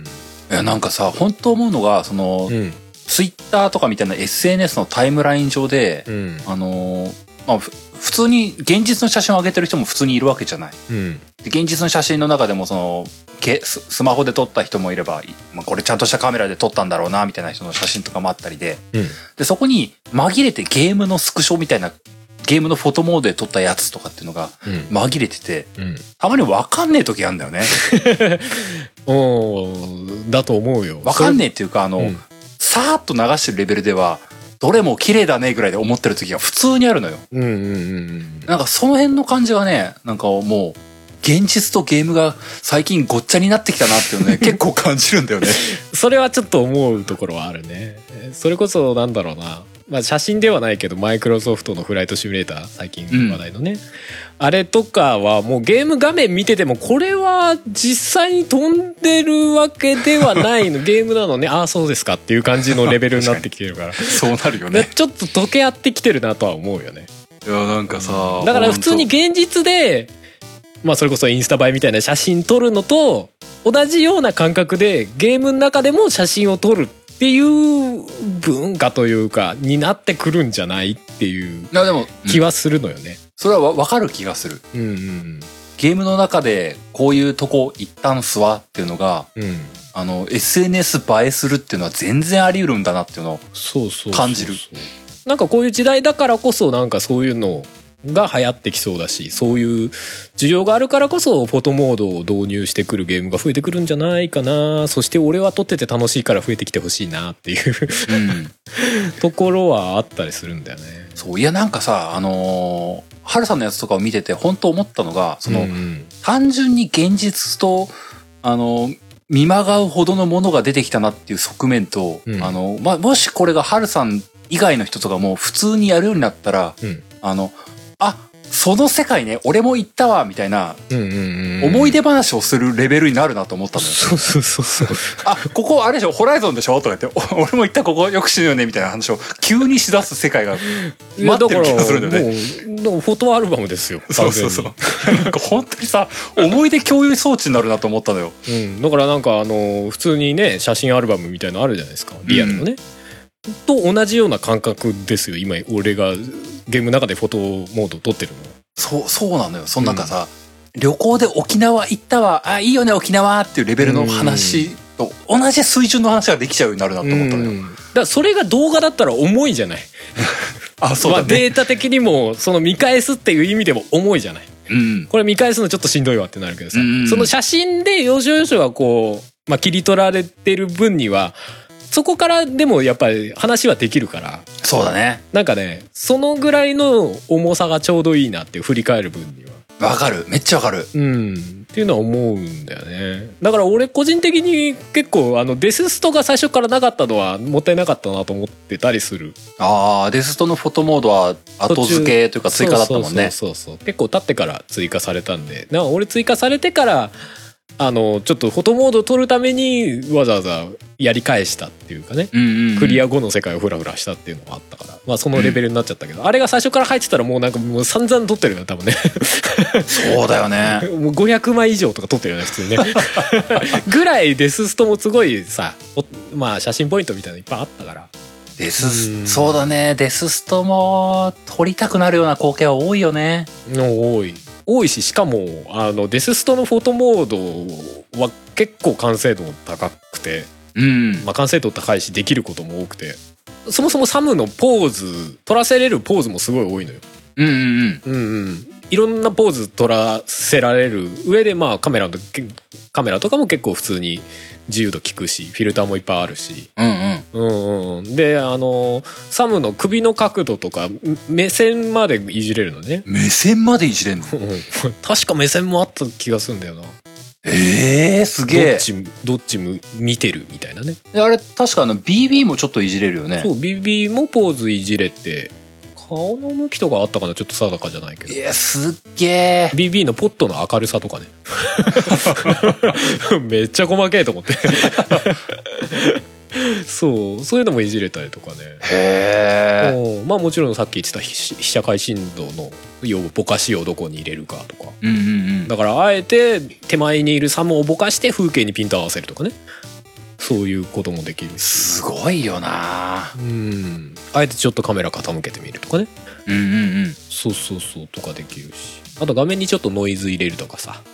[SPEAKER 1] いやなんかさ本当思うのがその、うん、ツイッターとかみたいな エスエヌエス のタイムライン上で、うん、あのまあ普通に現実の写真を上げてる人も普通にいるわけじゃない、うん、で現実の写真の中でもそのスマホで撮った人もいれば、まあ、これちゃんとしたカメラで撮ったんだろうなみたいな人の写真とかもあったりで、うん、でそこに紛れてゲームのスクショみたいなゲームのフォトモードで撮ったやつとかっていうのが紛れてて、
[SPEAKER 2] うん、
[SPEAKER 1] たまに分かんねえ時あるんだよね。
[SPEAKER 2] おだと思うよ。
[SPEAKER 1] 分かんねえっていうかあの、うん、さーっと流してるレベルではどれも綺麗だねぐらいで思ってる時が普通にあるのよ。
[SPEAKER 2] うんうんうん、
[SPEAKER 1] なんかその辺の感じはね、なんかもう現実とゲームが最近ごっちゃになってきたなっていうのね結構感じるんだよね。
[SPEAKER 2] それはちょっと思うところはあるね。それこそなんだろうな、まあ、写真ではないけどマイクロソフトのフライトシミュレーター最近話題のね、うん、あれとかはもうゲーム画面見ててもこれは実際に飛んでるわけではないのゲームなのね、ああそうですかっていう感じのレベルになってきてるから
[SPEAKER 1] そうなるよね。
[SPEAKER 2] ちょっと溶け合ってきてるなとは思うよね。
[SPEAKER 1] いやなんかさ、
[SPEAKER 2] だから普通に現実でまあそれこそインスタ映えみたいな写真撮るのと同じような感覚でゲームの中でも写真を撮るっていう文化というかになってくるんじゃないっていう気はするのよね。
[SPEAKER 1] それは分かる気がする、
[SPEAKER 2] うんうん、
[SPEAKER 1] ゲームの中でこういうとこ一旦座っていうのが、
[SPEAKER 2] うん、
[SPEAKER 1] あの エスエヌエス 映えするっていうのは全然あり得るんだなっていうのを感じる。
[SPEAKER 2] なんかこういう時代だからこそなんかそういうのが流行ってきそうだし、そういう需要があるからこそフォトモードを導入してくるゲームが増えてくるんじゃないかな。そして俺は撮ってて楽しいから増えてきてほしいなっていう、うん、ところはあったりするんだよね。
[SPEAKER 1] そういやなんかさ、あのー、ハルさんのやつとかを見てて本当思ったのが、その、うんうん、単純に現実とあのー見まがうほどのものが出てきたなっていう側面と、うん、あのまあ、もしこれがハルさん以外の人とかも普通にやるようになったら、うん、あのあその世界ね俺も行ったわみたいな思い出話をするレベルになるなと思ったのよ。
[SPEAKER 2] そうそうそうそう
[SPEAKER 1] あここあれでしょホライゾンでしょとか言って俺も行ったここよく知るよねみたいな話を急にしだす世界が待ってる気がするんだよね。
[SPEAKER 2] もうもうフォトアルバムですよ。
[SPEAKER 1] そうそうそうなんか本当にさ思い出共有装置になるなと思ったのよ、
[SPEAKER 2] うん、だからなんかあの普通にね写真アルバムみたいなのあるじゃないですかリアルのね、うん、と同じような感覚ですよ今俺がゲームの中でフォトモード撮ってるの。
[SPEAKER 1] そうそうなのよ。そのなんかさ、うん、旅行で沖縄行ったわあいいよね沖縄っていうレベルの話と同じ水準の話ができちゃうようになるなと思ったのよ。
[SPEAKER 2] うん、だからそれが動画だったら重いじゃない
[SPEAKER 1] あそうだね、
[SPEAKER 2] まあ、データ的にもその見返すっていう意味でも重いじゃない、
[SPEAKER 1] うん、
[SPEAKER 2] これ見返すのちょっとしんどいわってなるけどさ、うん、その写真で要所要所はこう、まあ、切り取られてる分にはそこからでもやっぱり話はできるから。
[SPEAKER 1] そうだね。
[SPEAKER 2] なんかねそのぐらいの重さがちょうどいいなっていう振り返る分に
[SPEAKER 1] はわかるめっちゃわかる、
[SPEAKER 2] うん、っていうのは思うんだよね。だから俺個人的に結構あのデスストが最初からなかったのはもったいなかったなと思ってたりする。
[SPEAKER 1] ああデスストのフォトモードは後付けというか追加だったもんね。
[SPEAKER 2] そうそうそうそう結構経ってから追加されたんで、なんか俺追加されてからあのちょっとフォトモードを撮るためにわざわざやり返したっていうかね、
[SPEAKER 1] うんうんうん、
[SPEAKER 2] クリア後の世界をフラフラしたっていうのがあったから、まあそのレベルになっちゃったけど、うん、あれが最初から入ってたらもうなんかもう散々撮ってるよ多分ね
[SPEAKER 1] そうだよね
[SPEAKER 2] もうごひゃくまい以上とか撮ってるよね普通にねぐらいデスストもすごいさまあ写真ポイントみたいなのいっぱいあったから
[SPEAKER 1] デスそうだねデスストも撮りたくなるような光景は多いよね。
[SPEAKER 2] 多い多いし、しかもあのデスストのフォトモードは結構完成度高くて、
[SPEAKER 1] うん
[SPEAKER 2] まあ、完成度高いしできることも多くて、そもそもサムのポーズ撮らせれるポーズもすごい多いのよ。
[SPEAKER 1] うんうんうん、
[SPEAKER 2] うんうん、いろんなポーズ撮らせられる上で、まあカメラのカメラとかも結構普通に自由度効くしフィルターもいっぱいあるし、
[SPEAKER 1] うんうん
[SPEAKER 2] うんうん、であのサムの首の角度とか目線までいじれるのね。
[SPEAKER 1] 目線までいじれんの
[SPEAKER 2] 確か目線もあった気がするんだよな。
[SPEAKER 1] えー、すげえ。
[SPEAKER 2] どっちどっちも見てるみたいなね。
[SPEAKER 1] あれ確かあの ビービー もちょっといじれるよね。
[SPEAKER 2] そう ビービー もポーズいじれて顔の向きとかあったかなちょっと定かじゃないけど。
[SPEAKER 1] いやすっげえ。
[SPEAKER 2] ビービー のポットの明るさとかねめっちゃ細けえと思ってそうそういうのもいじれたりとかね。
[SPEAKER 1] へえ。
[SPEAKER 2] まあもちろんさっき言ってた被写界深度の要はぼかしをどこに入れるかとか、
[SPEAKER 1] うんうんうん、
[SPEAKER 2] だからあえて手前にいるサムをぼかして風景にピント合わせるとかね、そういうこともできる。
[SPEAKER 1] すごいよな。
[SPEAKER 2] うん、あえてちょっとカメラ傾けてみるとかね、
[SPEAKER 1] うんうんうん、
[SPEAKER 2] そうそうそうとかできるし、あと画面にちょっとノイズ入れるとかさ。
[SPEAKER 1] あ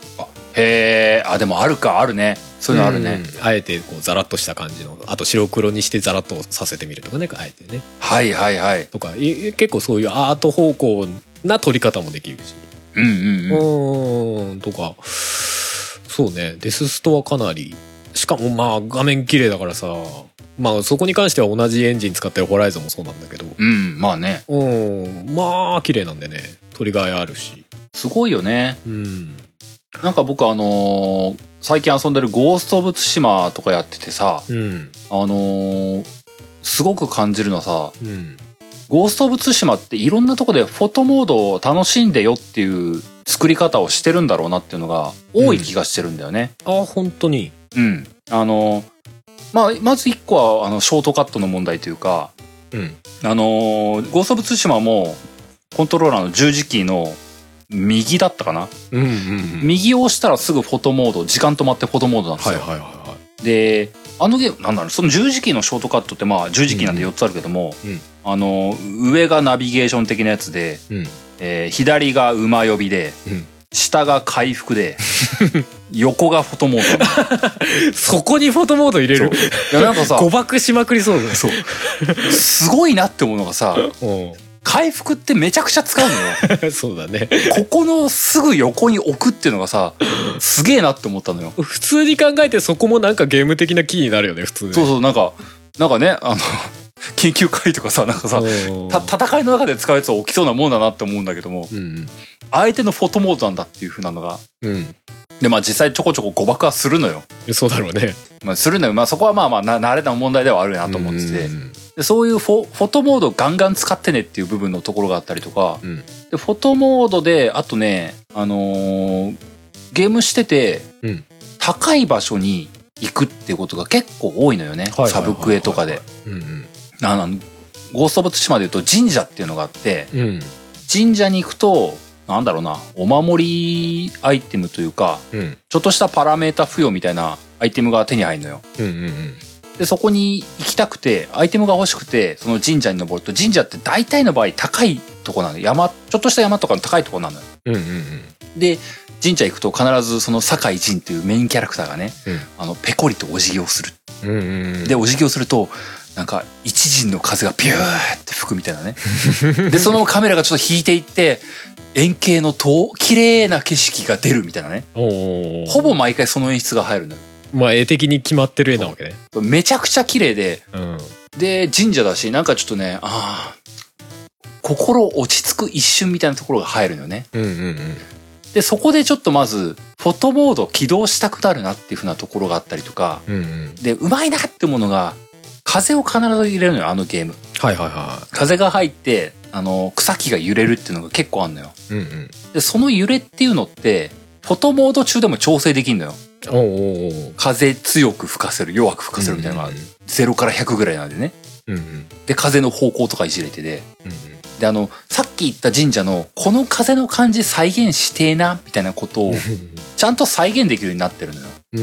[SPEAKER 1] へえ、あでもあるか、あるね、そういうのあるね、
[SPEAKER 2] うん、あえてこうザラッとした感じの、あと白黒にしてザラッとさせてみるとかね、あえてね、
[SPEAKER 1] はいはいはい、
[SPEAKER 2] とかい結構そういうアート方向な撮り方もできるし、
[SPEAKER 1] うんうん
[SPEAKER 2] うんうんとか、そうね、デスストはかなり、しかもまあ画面綺麗だからさ、まあそこに関しては同じエンジン使ってるホライゾンもそうなんだけど、
[SPEAKER 1] うん、まあね、
[SPEAKER 2] うんまあ綺麗なんでね、撮りがいあるし、
[SPEAKER 1] すごいよね。
[SPEAKER 2] うん、
[SPEAKER 1] なんか僕あのー、最近遊んでるゴースト・オブ・ツシマとかやっててさ、
[SPEAKER 2] うん、
[SPEAKER 1] あのー、すごく感じるのはさ、
[SPEAKER 2] うん、
[SPEAKER 1] ゴースト・オブ・ツシマっていろんなとこでフォトモードを楽しんでよっていう作り方をしてるんだろうなっていうのが多い気がしてるんだよね。
[SPEAKER 2] うん、あ本当に、
[SPEAKER 1] うん、あのー、まあまず一個はあのショートカットの問題というか、
[SPEAKER 2] うん、
[SPEAKER 1] あのー、ゴースト・オブ・ツシマもコントローラーの十字キーの右だったかな、
[SPEAKER 2] うんうんうん、
[SPEAKER 1] 右を押したらすぐフォトモード、時間止まってフォトモードなんですよ。はいはいはいはい、であのゲームなんだろう、その十字キーのショートカットってまあ十字キーなんでよっつあるけども、うんうん、あの上がナビゲーション的なやつで、うん、えー、左が馬呼びで、うん、下が回復で横がフォトモード
[SPEAKER 2] そこにフォトモード入れる、
[SPEAKER 1] いやなんかさ
[SPEAKER 2] 誤爆しまくりそうだね。
[SPEAKER 1] そうすごいなって思うのがさ回復ってめちゃくちゃ使うのよ
[SPEAKER 2] そうだね、
[SPEAKER 1] ここのすぐ横に置くっていうのがさすげえなって思ったのよ。
[SPEAKER 2] 普通に考えてそこもなんかゲーム的なキーになるよね普通に。
[SPEAKER 1] そうそう、なんかなんかね、あの研究会とかさ、なんかさた戦いの中で使うやつは起きそうなもんだなって思うんだけども、うん、相手のフォトモードなんだっていう風なのが、うん、でまあ実際ちょこちょこ誤爆はするのよ。
[SPEAKER 2] そうだろうね、
[SPEAKER 1] まあ、するのよ。まあそこはまあまあ慣れた問題ではあるなと思ってて、うん、でそういうフォ、フォトモードをガンガン使ってねっていう部分のところがあったりとか、うん、でフォトモードであとね、あのー、ゲームしてて、うん、高い場所に行くっていうことが結構多いのよね、サブクエとかで。あのゴースト・オブ・ツシマでいうと神社っていうのがあって、うん、神社に行くとなんだろうな、お守りアイテムというか、うん、ちょっとしたパラメータ付与みたいなアイテムが手に入るのよ。うんうんうん、でそこに行きたくてアイテムが欲しくてその神社に登ると、神社って大体の場合高いとこなのよ。山、ちょっとした山とかの高いとこなのよ。うんうんうん、で神社行くと必ずその酒井仁っていうメインキャラクターがね、うん、あのペコリとお辞儀をする。うんうんうん、でお辞儀をするとなんか一陣の風がピューって吹くみたいなねでそのカメラがちょっと引いていって円形のと綺麗な景色が出るみたいなね。ほぼ毎回その演出が入るのよ。
[SPEAKER 2] まあ絵的に決まってる絵なわけね。
[SPEAKER 1] めちゃくちゃ綺麗で、うん、で神社だしなんかちょっとね、ああ心落ち着く一瞬みたいなところが入るのよね。うんうんうん、でそこでちょっとまずフォトモード起動したくなるなっていう風なところがあったりとか、うんうん、でうまいなってものが風を必ず入れるのよ、あのゲーム。はいはいはい。風が入ってあの草木が揺れるっていうのが結構あんのよ。うんうん、でその揺れっていうのってフォトモード中でも調整できんのよ。おうおうおう、風強く吹かせる弱く吹かせるみたいなのが、うんうん、ゼロからひゃくぐらいなんでね。うんうん、で風の方向とかいじれてで、うんうん、であのさっき言った神社のこの風の感じ再現してえなみたいなことをちゃんと再現できるようになってるのよ。うん、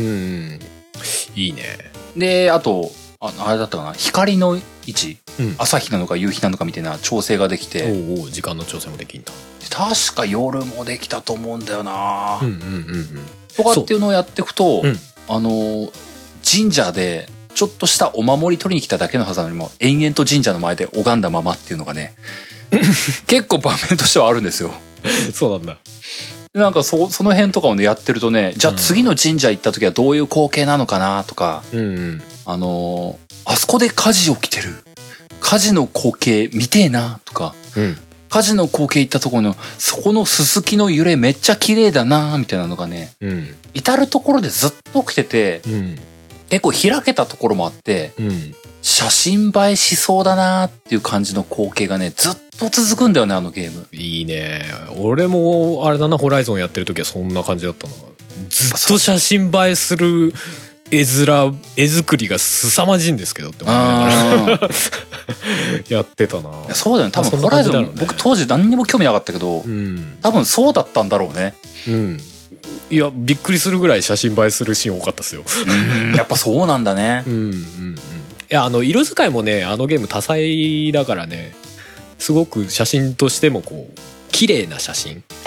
[SPEAKER 2] いいね。
[SPEAKER 1] であとああれだったかな、光の位置、うん、朝日なのか夕日なのかみたいな調整ができて、
[SPEAKER 2] おうおう、時間の調整もできんだ。
[SPEAKER 1] 確か夜もできたと思うんだよな、うんうんうんうん、とかっていうのをやっていくと、うん、あの神社でちょっとしたお守り取りに来ただけのはずなのにも延々と神社の前で拝んだままっていうのがね結構場面としてはあるんですよ。
[SPEAKER 2] そうなんだ。
[SPEAKER 1] なんか そ, その辺とかをねやってるとね、じゃあ次の神社行った時はどういう光景なのかなとか、うんうん、あのー、あそこで火事起きてる、火事の光景見てえなとか、うん、火事の光景行ったところのそこのすすきの揺れめっちゃ綺麗だなみたいなのがね、うん、至る所でずっと起きてて、うん、結構開けたところもあって、うん、写真映えしそうだなっていう感じの光景がねずっと続くんだよね、あのゲーム。
[SPEAKER 2] いいね。俺もあれだな、ホライゾンやってる時はそんな感じだったな。ずっと写真映えする絵面、絵作りが凄まじいんですけどって思いながらやってたな。
[SPEAKER 1] そうだよね、多分ホライゾン、ね、僕当時何にも興味なかったけど、うん、多分そうだったんだろうね。
[SPEAKER 2] うん、いやびっくりするぐらい写真映えするシーン多かったですよ。
[SPEAKER 1] うん、やっぱそうなんだね。うんうんうん、
[SPEAKER 2] いや、あの色使いもね、あのゲーム多彩だからね、すごく写真としてもこう綺麗な写真。
[SPEAKER 1] あ、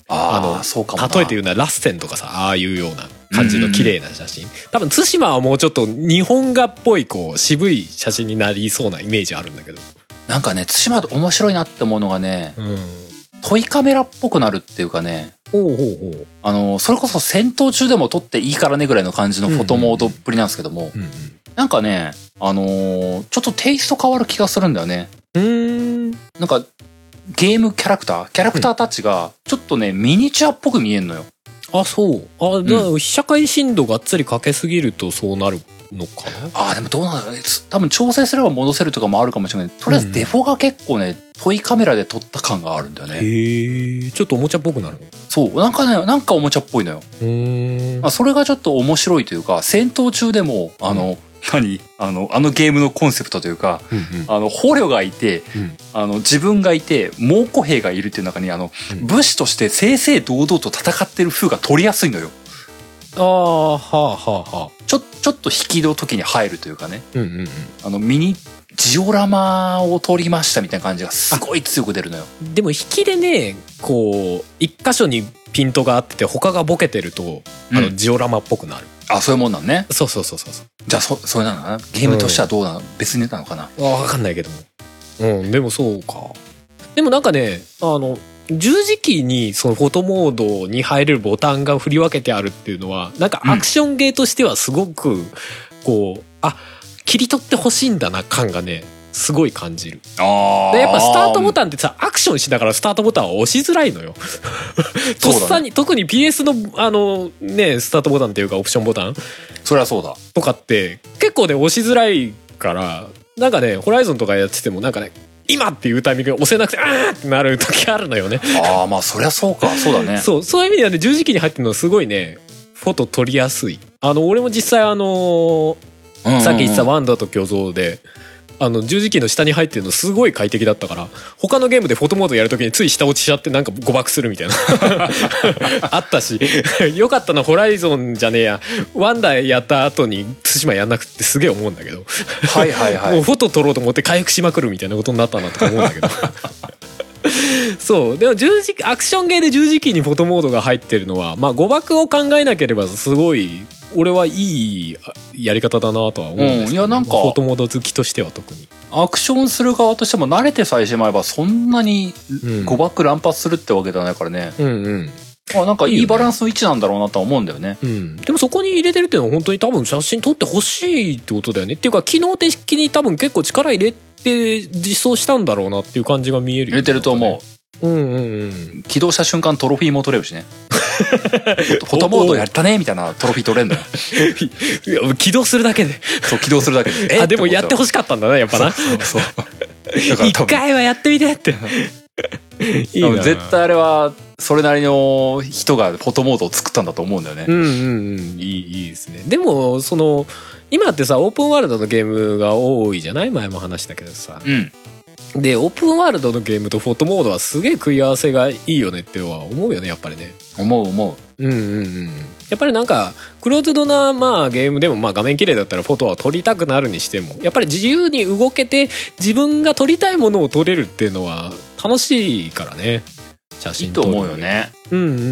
[SPEAKER 1] あ
[SPEAKER 2] あの
[SPEAKER 1] そうかもな。
[SPEAKER 2] 例えて言うのはラッセンとかさ、ああいうような感じの綺麗な写真、うんうん、多分対馬はもうちょっと日本画っぽいこう渋い写真になりそうなイメージあるんだけど、
[SPEAKER 1] なんかね対馬面白いなって思うのがね、うん、トイカメラっぽくなるっていうかね、
[SPEAKER 2] ほうほうほう、
[SPEAKER 1] あのそれこそ戦闘中でも撮っていいからねぐらいの感じのフォトモードっぷりなんですけども、うんうんうん、なんかねあのー、ちょっとテイスト変わる気がするんだよね。
[SPEAKER 2] うーん、
[SPEAKER 1] なんかゲームキャラクターキャラクターたちがちょっとね、うん、ミニチュアっぽく見えんのよ。
[SPEAKER 2] あ、そうあ、うん、被写界深度がっつりかけすぎるとそうなるのかな。
[SPEAKER 1] あ、でもどうなんだろうね。多分調整すれば戻せるとかもあるかもしれない。とりあえずデフォが結構ね、トイカメラで撮った感があるんだよね。
[SPEAKER 2] へえ、ちょっとおもちゃっぽくなるの。
[SPEAKER 1] そうなんかね、なんかおもちゃっぽいのよ。
[SPEAKER 2] うーん、
[SPEAKER 1] まあ、それがちょっと面白いというか、戦闘中でもあの、うん、何あのあのゲームのコンセプトというか、うんうん、あの捕虜がいて、うん、あの自分がいて猛虎兵がいるっていう中にあの、うん、武士として正々堂々と戦ってる風が取りやすいのよ。
[SPEAKER 2] ああ、はあはあはあ。
[SPEAKER 1] ちょちょっと引きの時に入るというかね、
[SPEAKER 2] うんうんうん、
[SPEAKER 1] あのミニジオラマを取りましたみたいな感じがすごい強く出るのよ。
[SPEAKER 2] でも引きでね、こう一箇所にピントがあってて他がボケてると、うん、あのジオラマっぽくなる。
[SPEAKER 1] あ、そういうもんなんね。
[SPEAKER 2] そうそうそうそう。
[SPEAKER 1] じゃあそそれなのかな、ゲームとしてはどうなの、うん、別に出たのかな。
[SPEAKER 2] 分かんないけども、うん、でもそうか。でもなんかね、あの十字キーにそのフォトモードに入れるボタンが振り分けてあるっていうのはなんかアクションゲーとしてはすごくこう、うん、あ、切り取ってほしいんだな感がねすごい感じる。
[SPEAKER 1] あ
[SPEAKER 2] でやっぱスタートボタンってさ、アクションしながらスタートボタンは押しづらいのよ。とっさに、ね、特に ピーエス のあのねスタートボタンっていうかオプションボタン
[SPEAKER 1] そりゃそうだ
[SPEAKER 2] とかって結構ね押しづらいから、なんかねホライゾンとかやっててもなんかね今っていうタイミングが押せなくてあーってなる時あるのよね。
[SPEAKER 1] ああ、まあそりゃそうか。そうだね。
[SPEAKER 2] そうそういう意味ではね十字キーに入ってるのはすごいねフォト撮りやすい。あの俺も実際あのーうんうんうん、さっき言ってたワンダと巨像であの十字キーの下に入ってるのすごい快適だったから、他のゲームでフォトモードやるときについ下落ちしちゃってなんか誤爆するみたいなあったし、よかったなホライゾンじゃねえやワンダやった後に対馬やんなくてすげえ思うんだけど、
[SPEAKER 1] はいはいはい、
[SPEAKER 2] もうフォト撮ろうと思って回復しまくるみたいなことになったなとか思うんだけどそうでも十字アクションゲーで十字キーにフォトモードが入ってるのは、まあ誤爆を考えなければすごい俺はいいやり方だなとは思うんですけど、うん、いやなんかフォトモード好きとしては特に
[SPEAKER 1] アクションする側としても慣れてさえしまえばそんなに誤爆乱発するってわけではないからね、
[SPEAKER 2] うんうんうん、
[SPEAKER 1] まあ、なんかいいバランスの位置なんだろうなとは思うんだよね、
[SPEAKER 2] うん、でもそこに入れてるっていうのは本当に多分写真撮ってほしいってことだよね。っていうか機能的に多分結構力入れて実装したんだろうなっていう感じが見えるよ、ね、
[SPEAKER 1] 入れてると思う。
[SPEAKER 2] うんうんうん、
[SPEAKER 1] 起動した瞬間トロフィーも取れるしねフォトモードやったねみたいなトロフィー取れるんだよ
[SPEAKER 2] いや起動するだけで
[SPEAKER 1] そう起動するだけで
[SPEAKER 2] えあでもやってほしかったんだなやっぱな。そうそうそう一回はやってみてっていいな。
[SPEAKER 1] 絶対あれはそれなりの人がフォトモードを作ったんだと思うんだよね。
[SPEAKER 2] うんうんうん、いい、いいですね。でもその今ってさオープンワールドのゲームが多いじゃない。前も話したけどさ、
[SPEAKER 1] うん
[SPEAKER 2] でオープンワールドのゲームとフォトモードはすげえ食い合わせがいいよねっては思うよねやっぱりね。
[SPEAKER 1] 思う思
[SPEAKER 2] う。うんうんうん。やっぱりなんかクローズドなまあゲームでもまあ画面綺麗だったらフォトは撮りたくなるにしてもやっぱり自由に動けて自分が撮りたいものを撮れるっていうのは楽しいからね。写真撮る。
[SPEAKER 1] いいと思うよね。
[SPEAKER 2] うんうんうん。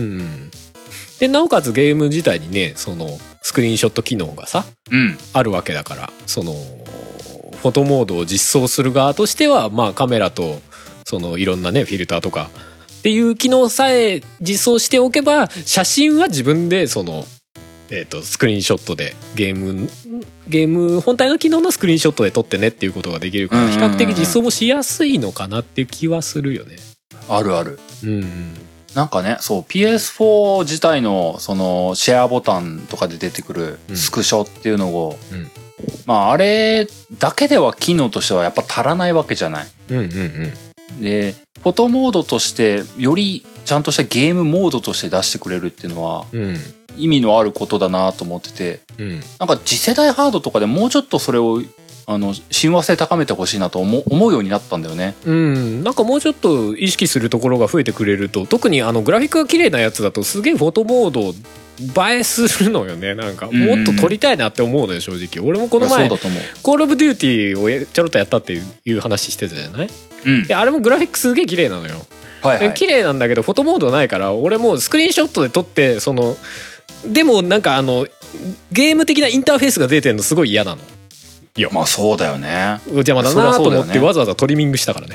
[SPEAKER 2] でなおかつゲーム自体にねそのスクリーンショット機能がさ、
[SPEAKER 1] うん、
[SPEAKER 2] あるわけだからそのフォトモードを実装する側としてはまあカメラとそのいろんなねフィルターとかっていう機能さえ実装しておけば写真は自分でそのえとスクリーンショットでゲームゲーム本体の機能のスクリーンショットで撮ってねっていうことができるから比較的実装もしやすいのかなっていう気はするよね。
[SPEAKER 1] あるある。
[SPEAKER 2] うんうん。
[SPEAKER 1] なんかねそう ピーエスフォー 自体のそのシェアボタンとかで出てくるスクショっていうのを、うんうんまああれだけでは機能としてはやっぱ足らないわけじゃない。
[SPEAKER 2] うんうんうん。
[SPEAKER 1] でフォトモードとしてよりちゃんとしたゲームモードとして出してくれるっていうのは、
[SPEAKER 2] うん、
[SPEAKER 1] 意味のあることだなと思ってて、
[SPEAKER 2] うん、
[SPEAKER 1] なんか次世代ハードとかでもうちょっとそれをあの親和性高めてほしいなと思う、思うようになったんだよね。
[SPEAKER 2] うん、なんかもうちょっと意識するところが増えてくれると特にあのグラフィックが綺麗なやつだとすげえフォトモード映えするのよね。なんかもっと撮りたいなって思うのよ正直。俺もこの前コールオブデューティーをちょろっとやったっていう話してたじゃない、
[SPEAKER 1] うん、
[SPEAKER 2] であれもグラフィックすげえ綺麗なのよ。
[SPEAKER 1] はいはい、
[SPEAKER 2] 綺麗なんだけどフォトモードないから俺もうスクリーンショットで撮ってそのでもなんかあのゲーム的なインターフェースが出てるのすごい嫌なの。
[SPEAKER 1] いやまあそうだよね。
[SPEAKER 2] 邪魔だなと思ってわざわざトリミングしたからね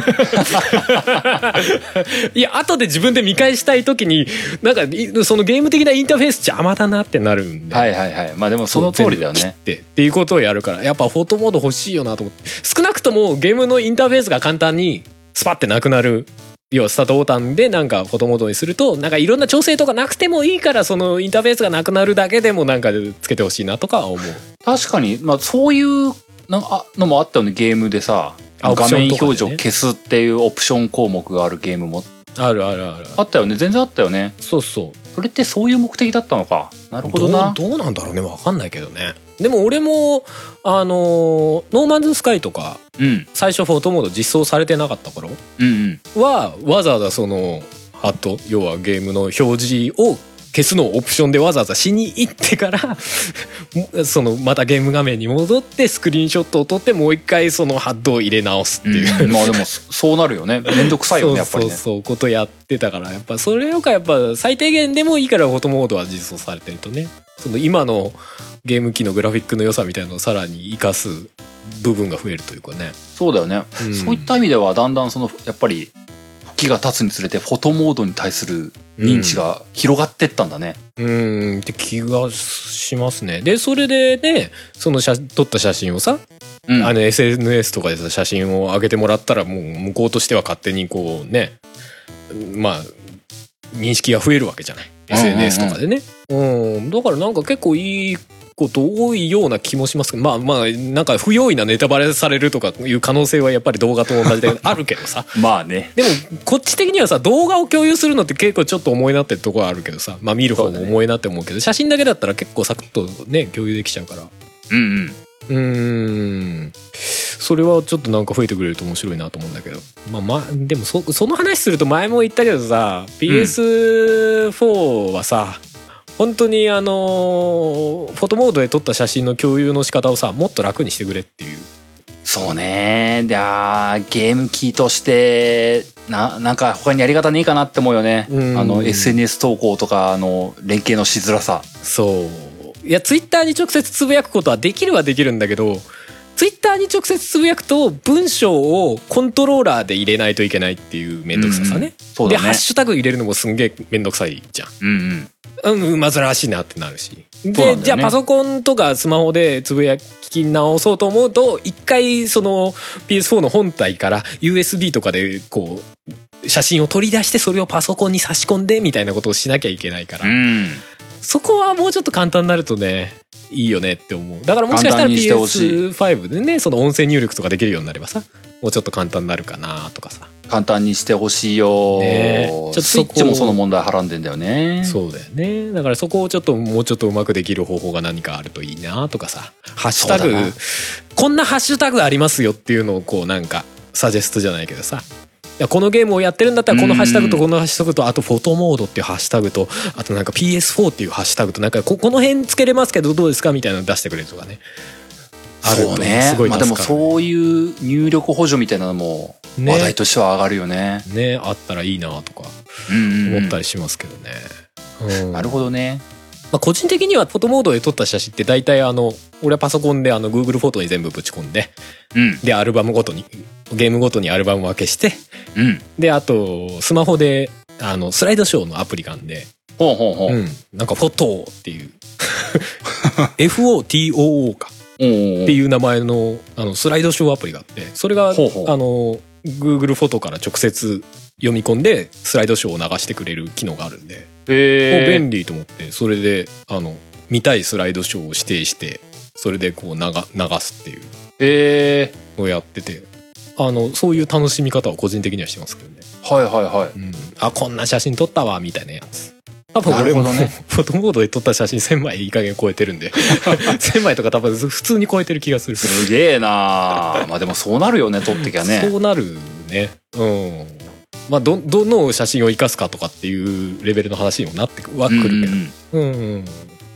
[SPEAKER 2] いや後で自分で見返したい時になんかそのゲーム的なインターフェース邪魔だなってなるんで、
[SPEAKER 1] はいはいはい、まあでもその通りだよね。
[SPEAKER 2] 切ってっていうことをやるからやっぱフォトモード欲しいよなと思って、少なくともゲームのインターフェースが簡単にスパッてなくなる、要はスタートボタンでなんかフォトモードにするとなんかいろんな調整とかなくてもいいから、そのインターフェースがなくなるだけでもなんかつけてほしいなとか思う。
[SPEAKER 1] 確かに、まあ、そういうなんかのもあったよね、ゲームでさ、画面表示を消すっていうオプション項目があるゲームも
[SPEAKER 2] あるあるある
[SPEAKER 1] あったよね。全然あったよね。
[SPEAKER 2] そうそう、
[SPEAKER 1] それってそういう目的だったのか。なるほどな。
[SPEAKER 2] どう、どうなんだろうね、分かんないけどね。でも俺もあのノーマンズスカイとか、うん、最初フォトモード実装されてなかった頃は、うんうん、わざわざそのハット、要はゲームの表示を消すのをオプションでわざわざしに行ってからそのまたゲーム画面に戻ってスクリーンショットを撮ってもう一回そのハットを入れ直すっていう、
[SPEAKER 1] うん、まあでもそうなるよね。めんどくさいよねやっぱりね。
[SPEAKER 2] そうそうそうことやってたから、やっぱそれよかやっぱ最低限でもいいからフォトモードは実装されてるとね、その今のゲーム機のグラフィックの良さみたいなのをさらに生かす部分が増えるというかね。
[SPEAKER 1] そうだよね、うん、そういった意味ではだんだんそのやっぱり時が経つにつれてフォトモードに対する認知が広がってったんだね。
[SPEAKER 2] うん、うんって気がしますね。でそれでね、その写撮った写真をさ、うん、あの エスエヌエス とかでさ写真を上げてもらったらもう向こうとしては勝手にこうね、まあ認識が増えるわけじゃない、 エスエヌエス とかでね、うん、うん、だからなんか結構いいこと多いような気もしますけど、まあまあなんか不用意なネタバレされるとかいう可能性はやっぱり動画と同じであるけどさ
[SPEAKER 1] まあね、
[SPEAKER 2] でもこっち的にはさ動画を共有するのって結構ちょっと重いなってところあるけどさ、まあ見る方も重いなって思うけど、写真だけだったら結構サクッとね共有できちゃうから、
[SPEAKER 1] うんうん
[SPEAKER 2] うーんそれはちょっとなんか増えてくれると面白いなと思うんだけど、まあまあでも そ, その話すると前も言ったけどさ ピーエスフォー はさ、うん本当にあのフォトモードで撮った写真の共有の仕方をさもっと楽にしてくれっていう。
[SPEAKER 1] そうね。であゲーム機としてななんか他にやり方ねえかなって思うよね。あの エスエヌエス 投稿とかの連携のしづらさ。
[SPEAKER 2] そういやツイッターに直接つぶやくことはできるはできるんだけど、ツイッターに直接つぶやくと文章をコントローラーで入れないといけないっていうめんどくささね。うんうんそうだね、でハッシュタグ入れるのもすんげえめんどくさいじゃん。
[SPEAKER 1] うんうん
[SPEAKER 2] うん、煩わしいなってなるし。で、ね、じゃあパソコンとかスマホでつぶやき直そうと思うと一回その ピーエスフォー の本体から ユーエスビー とかでこう写真を取り出してそれをパソコンに差し込んでみたいなことをしなきゃいけないから、うん、そこはもうちょっと簡単になるとねいいよねって思う。だからもしかしたら ピーエスファイブ でねその音声入力とかできるようになればさもうちょっと簡単になるかなとかさ。
[SPEAKER 1] 簡単にしてほしいよ、ね、ちょっとスイッチもその問題はらんでんだよね。
[SPEAKER 2] そうだよね。だからそこをちょっともうちょっとうまくできる方法が何かあるといいなとかさ、ハッシュタグこんなハッシュタグありますよっていうのをこうなんかサジェストじゃないけどさ、いやこのゲームをやってるんだったらこのハッシュタグとこのハッシュタグとあとフォトモードっていうハッシュタグとあとなんか ピーエスフォー っていうハッシュタグとなんか こ, この辺つけれますけどどうですかみたいなの出してくれるとかね。
[SPEAKER 1] そうね。まあでもそういう入力補助みたいなのも話題としては上がるよね。
[SPEAKER 2] ね、ねあったらいいなとか思ったりしますけどね。
[SPEAKER 1] うん、なるほどね。
[SPEAKER 2] まあ、個人的にはフォトモードで撮った写真って大体あの俺はパソコンであの Google フォトに全部ぶち込んで、うん、でアルバムごとにゲームごとにアルバム分けして、うん、であとスマホであのスライドショーのアプリがあるんで、
[SPEAKER 1] ほうほうほう、うん、
[SPEAKER 2] なんかフォトっていうエフオーティーオーオー かっていう名前のあのスライドショーアプリがあって、それがほうほうあの Google フォトから直接読み込んでスライドショーを流してくれる機能があるんで、へー便利と思ってそれであの見たいスライドショーを指定してそれでこう流、流すっていう
[SPEAKER 1] へ
[SPEAKER 2] ーをやってて、あのそういう楽しみ方を個人的にはしてますけどね。
[SPEAKER 1] はいはいはい、
[SPEAKER 2] うん、あこんな写真撮ったわみたいなやつ。多分俺も、ね、フォトモードで撮った写真せんまいいい加減超えてるんでせんまいとか多分普通に超えてる気がする。
[SPEAKER 1] すげえな。まあでもそうなるよね撮ってきゃね。
[SPEAKER 2] そうなるね。うんまあどどの写真を生かすかとかっていうレベルの話にもなってはくるけど、うん、うんうん、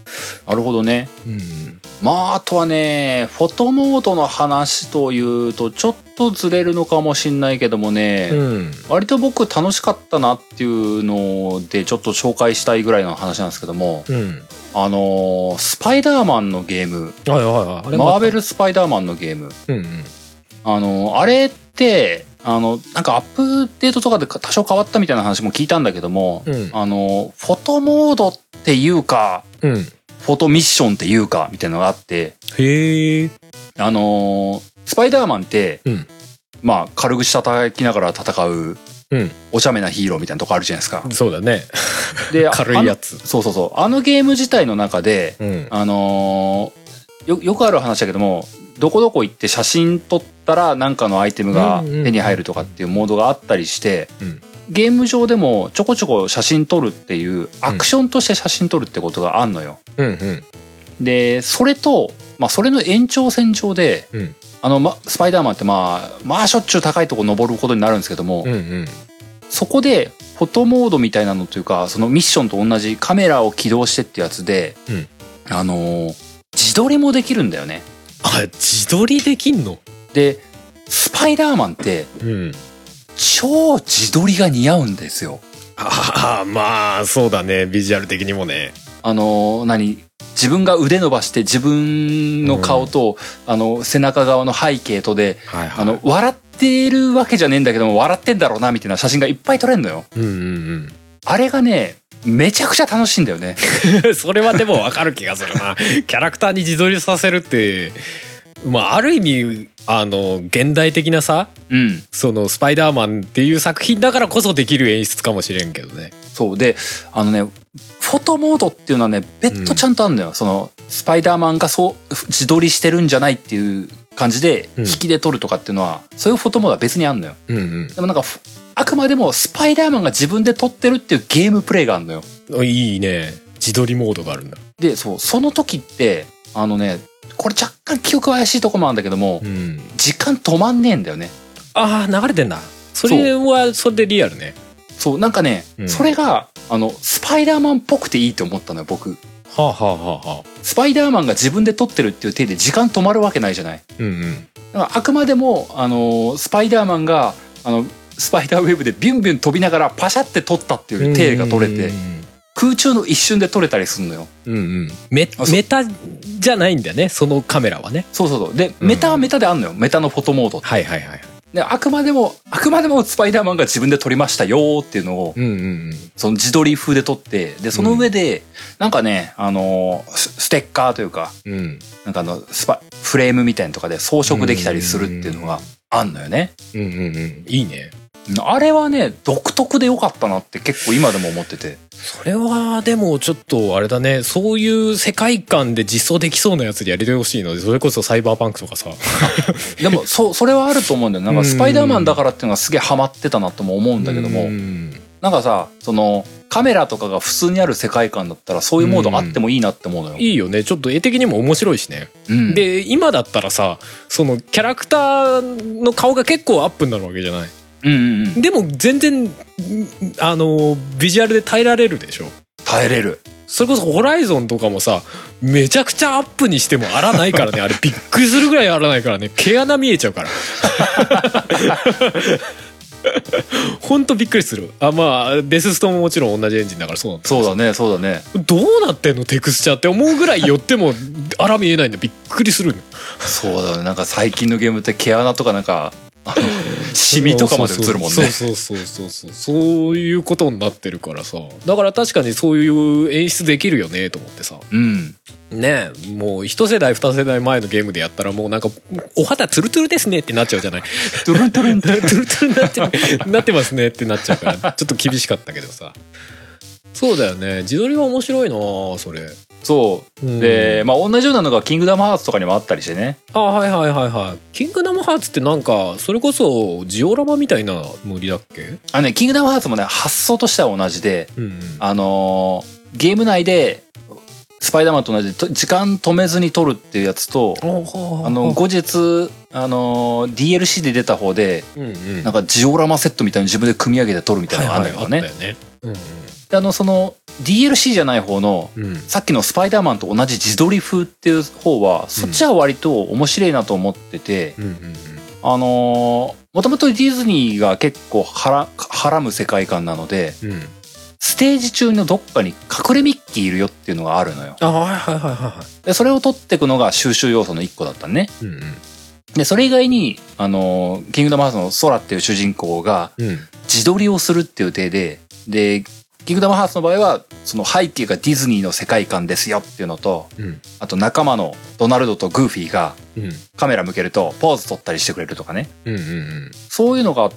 [SPEAKER 1] なるほどね。うん。まああとはね、フォトモードの話というとちょっとずれるのかもしんないけどもね、うん、割と僕楽しかったなっていうのでちょっと紹介したいぐらいの話なんですけども、うん、あのスパイダーマンのゲーム、はいはいはい、マーベルスパイダーマンのゲーム、うんうん、あのあれってあのなんかアップデートとかで多少変わったみたいな話も聞いたんだけども、うん、あのフォトモードっていうか、うん、フォトミッションっていうかみたいなのがあって、へー、あのスパイダーマンって、うん、まあ軽口叩きながら戦う、うん、お茶目なヒーローみたいなとこあるじゃないですか。
[SPEAKER 2] そうだね。で軽いやつ。
[SPEAKER 1] そうそうそう。あのゲーム自体の中で、うん、あのー、よよくある話だけども、どこどこ行って写真撮ったら何かのアイテムが手に入るとかっていうモードがあったりして、うん、ゲーム上でもちょこちょこ写真撮るっていうアクションとして写真撮るってことがあんのよ。うんうん、でそれと、まあ、それの延長線上で、うん、あのま、スパイダーマンってまあまあしょっちゅう高いとこ登ることになるんですけども、うんうん、そこでフォトモードみたいなのというかそのミッションと同じカメラを起動してってやつで、うん、あのー、自撮りもできるんだよね。
[SPEAKER 2] あ、自撮りできんの？
[SPEAKER 1] でスパイダーマンって、うん、超自撮りが似合うんですよ。
[SPEAKER 2] ああ、まあそうだね、ビジュアル的にもね。
[SPEAKER 1] あのー、何自分が腕伸ばして自分の顔と、うん、あの背中側の背景とで、はいはい、あの笑ってるわけじゃねえんだけども笑ってんだろうなみたいな写真がいっぱい撮れんのよ。うんうんうん、あれがねめちゃくちゃ楽しいんだよね。
[SPEAKER 2] それはでも分かる気がするな。キャラクターに自撮りさせるって、まあある意味あの現代的なさ、うん、そのスパイダーマンっていう作品だからこそできる演出かもしれんけどね。
[SPEAKER 1] そうで、あのねフォトモードっていうのはね別途ちゃんとあるんだよ、うん、そのスパイダーマンがそう自撮りしてるんじゃないっていう感じで引きで撮るとかっていうのは、うん、そういうフォトモードは別にあるのよ、うんうん、でもなんかあくまでもスパイダーマンが自分で撮ってるっていうゲームプレイがあるのよ。
[SPEAKER 2] いいね、自撮りモードがあるんだ。
[SPEAKER 1] でそうその時ってあのねこれ若干記憶怪しいとこもあるんだけども、うん、時間止まんねえんだよね。
[SPEAKER 2] ああ流れてんだ。それはそれでリアルね。
[SPEAKER 1] そうなんかね、うん、それがあのスパイダーマンっぽくていいと思ったのよ僕。はあはあはあはあ。スパイダーマンが自分で撮ってるっていう体で時間止まるわけないじゃない。うんうん。だからあくまでもあのスパイダーマンがあのスパイダーウェブでビュンビュン飛びながらパシャって撮ったっていう体が撮れて、空中の一瞬で撮れたりするのよ。うんうん。
[SPEAKER 2] メ, メタじゃないんだよねそのカメラはね。
[SPEAKER 1] そうそうそう。でメタはメタであんのよ、メタのフォトモードって。はいはいはい。であくまでもあくまでもスパイダーマンが自分で撮りましたよっていうのを、うんうんうん、その自撮り風で撮って、でその上で、うん、なんかねあのステッカーというか、うん、なんかあのスパフレームみたいなのとかで装飾できたりするっていうのがあんのよね。うんうんうん。
[SPEAKER 2] いいね。
[SPEAKER 1] あれはね独特で良かったなって結構今でも思ってて。
[SPEAKER 2] それはでもちょっとあれだね、そういう世界観で実装できそうなやつでやりてほしいので、それこそサイバーパンクとかさ。
[SPEAKER 1] でもそそれはあると思うんだよ。なんかスパイダーマンだからっていうのがすげえハマってたなとも思うんだけども、んなんかさそのカメラとかが普通にある世界観だったらそういうモードあってもいいなって思うのよ。
[SPEAKER 2] いいよね、ちょっと絵的にも面白いしね、うん、で今だったらさそのキャラクターの顔が結構アップになるわけじゃない。うんうんうん、でも全然あのビジュアルで耐えられるでしょ。
[SPEAKER 1] 耐えれる。
[SPEAKER 2] それこそホライゾンとかもさめちゃくちゃアップにしても荒ないからね。あれびっくりするぐらい荒ないからね、毛穴見えちゃうから。ほんとびっくりする。あまあデスストーンももちろん同じエンジンだからそうなんだ。
[SPEAKER 1] そうだねそうだね。
[SPEAKER 2] どうなってんのテクスチャーって思うぐらい寄っても荒見えないんだ。びっくりする。
[SPEAKER 1] そうだね、なんか最近のゲームって毛穴とかなんかシミとかまで映るもんね。
[SPEAKER 2] そうそうそうそうそうそういうことになってるからさ、だから確かにそういう演出できるよねと思ってさ、うんねえ、もう一世代二世代前のゲームでやったらもうなんかお肌ツルツルですねってなっちゃうじゃない。
[SPEAKER 1] トゥルントゥルントゥルントゥルントゥルン
[SPEAKER 2] なっちゃうなってますねってなっちゃうからちょっと厳しかったけどさ。そうだよね、自撮りは面白いなそれ。
[SPEAKER 1] そう、うん、でまあ同じようなのがキングダムハーツとかにもあったりしてね。
[SPEAKER 2] あはいはいはいはい。キングダムハーツってなんかそれこそジオラマみたいなノリだっけ。
[SPEAKER 1] あねキングダムハーツもね発想としては同じで、うんうん、あのー、ゲーム内でスパイダーマンと同じで時間止めずに撮るっていうやつと、あの後日あの ディーエルシー で出た方で、うんうん、なんかジオラマセットみたいに自分で組み上げて撮るみたいなのがあるんだよね。 であのその ディーエルシー じゃない方の、うん、さっきのスパイダーマンと同じ自撮り風っていう方は、うん、そっちは割と面白いなと思ってて、うんうんうん、あのー、もともとディズニーが結構はらはらむ世界観なので、うん、ステージ中のどっかに隠れミッキーいるよっていうのがあるのよ。
[SPEAKER 2] あ、はいはいはいはい。
[SPEAKER 1] でそれを取っていくのが収集要素の一個だったね。うんうん、でそれ以外にあのー、キングダムハーツのソラっていう主人公が自撮りをするっていう体で、でキングダムハーツの場合はその背景がディズニーの世界観ですよっていうのと、うん、あと仲間のドナルドとグーフィーがカメラ向けるとポーズ取ったりしてくれるとかね、うんうんうん、そういうのがあって、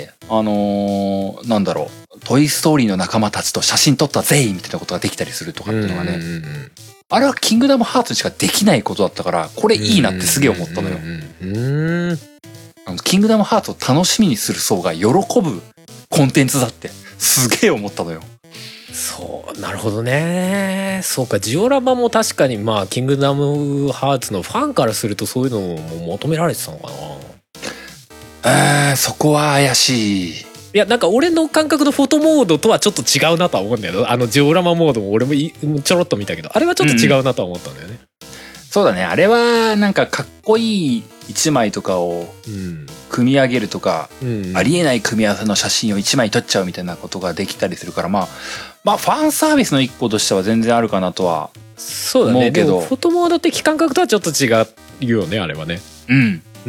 [SPEAKER 1] あのー、なんだろう、トイストーリーの仲間たちと写真撮ったぜいみたいなことができたりするとかっていうのがね、うんうんうん、あれはキングダムハーツにしかできないことだったから、これいいなってすげえ思ったのよ。あのキングダムハーツを楽しみにする層が喜ぶコンテンツだってすげえ思ったのよ。
[SPEAKER 2] そう、なるほどね。そうか、ジオラマも確かにまあキングダムハーツのファンからするとそういうのも求められてたのか
[SPEAKER 1] な。えー、そこは怪しい。
[SPEAKER 2] いや、なんか俺の感覚のフォトモードとはちょっと違うなとは思うんだけど、あのジオラマモードも俺もちょろっと見たけど、あれはちょっと違うなとは思ったんだよね、うん、
[SPEAKER 1] そうだね。あれはなんかかっこいい一枚とかを組み上げるとか、うんうん、ありえない組み合わせの写真を一枚撮っちゃうみたいなことができたりするから、まあまあファンサービスの一個としては全然あるかなとは
[SPEAKER 2] そうだね。でもフォトモード的感覚とはちょっと違うよね、あれはね。
[SPEAKER 1] うん
[SPEAKER 2] うん、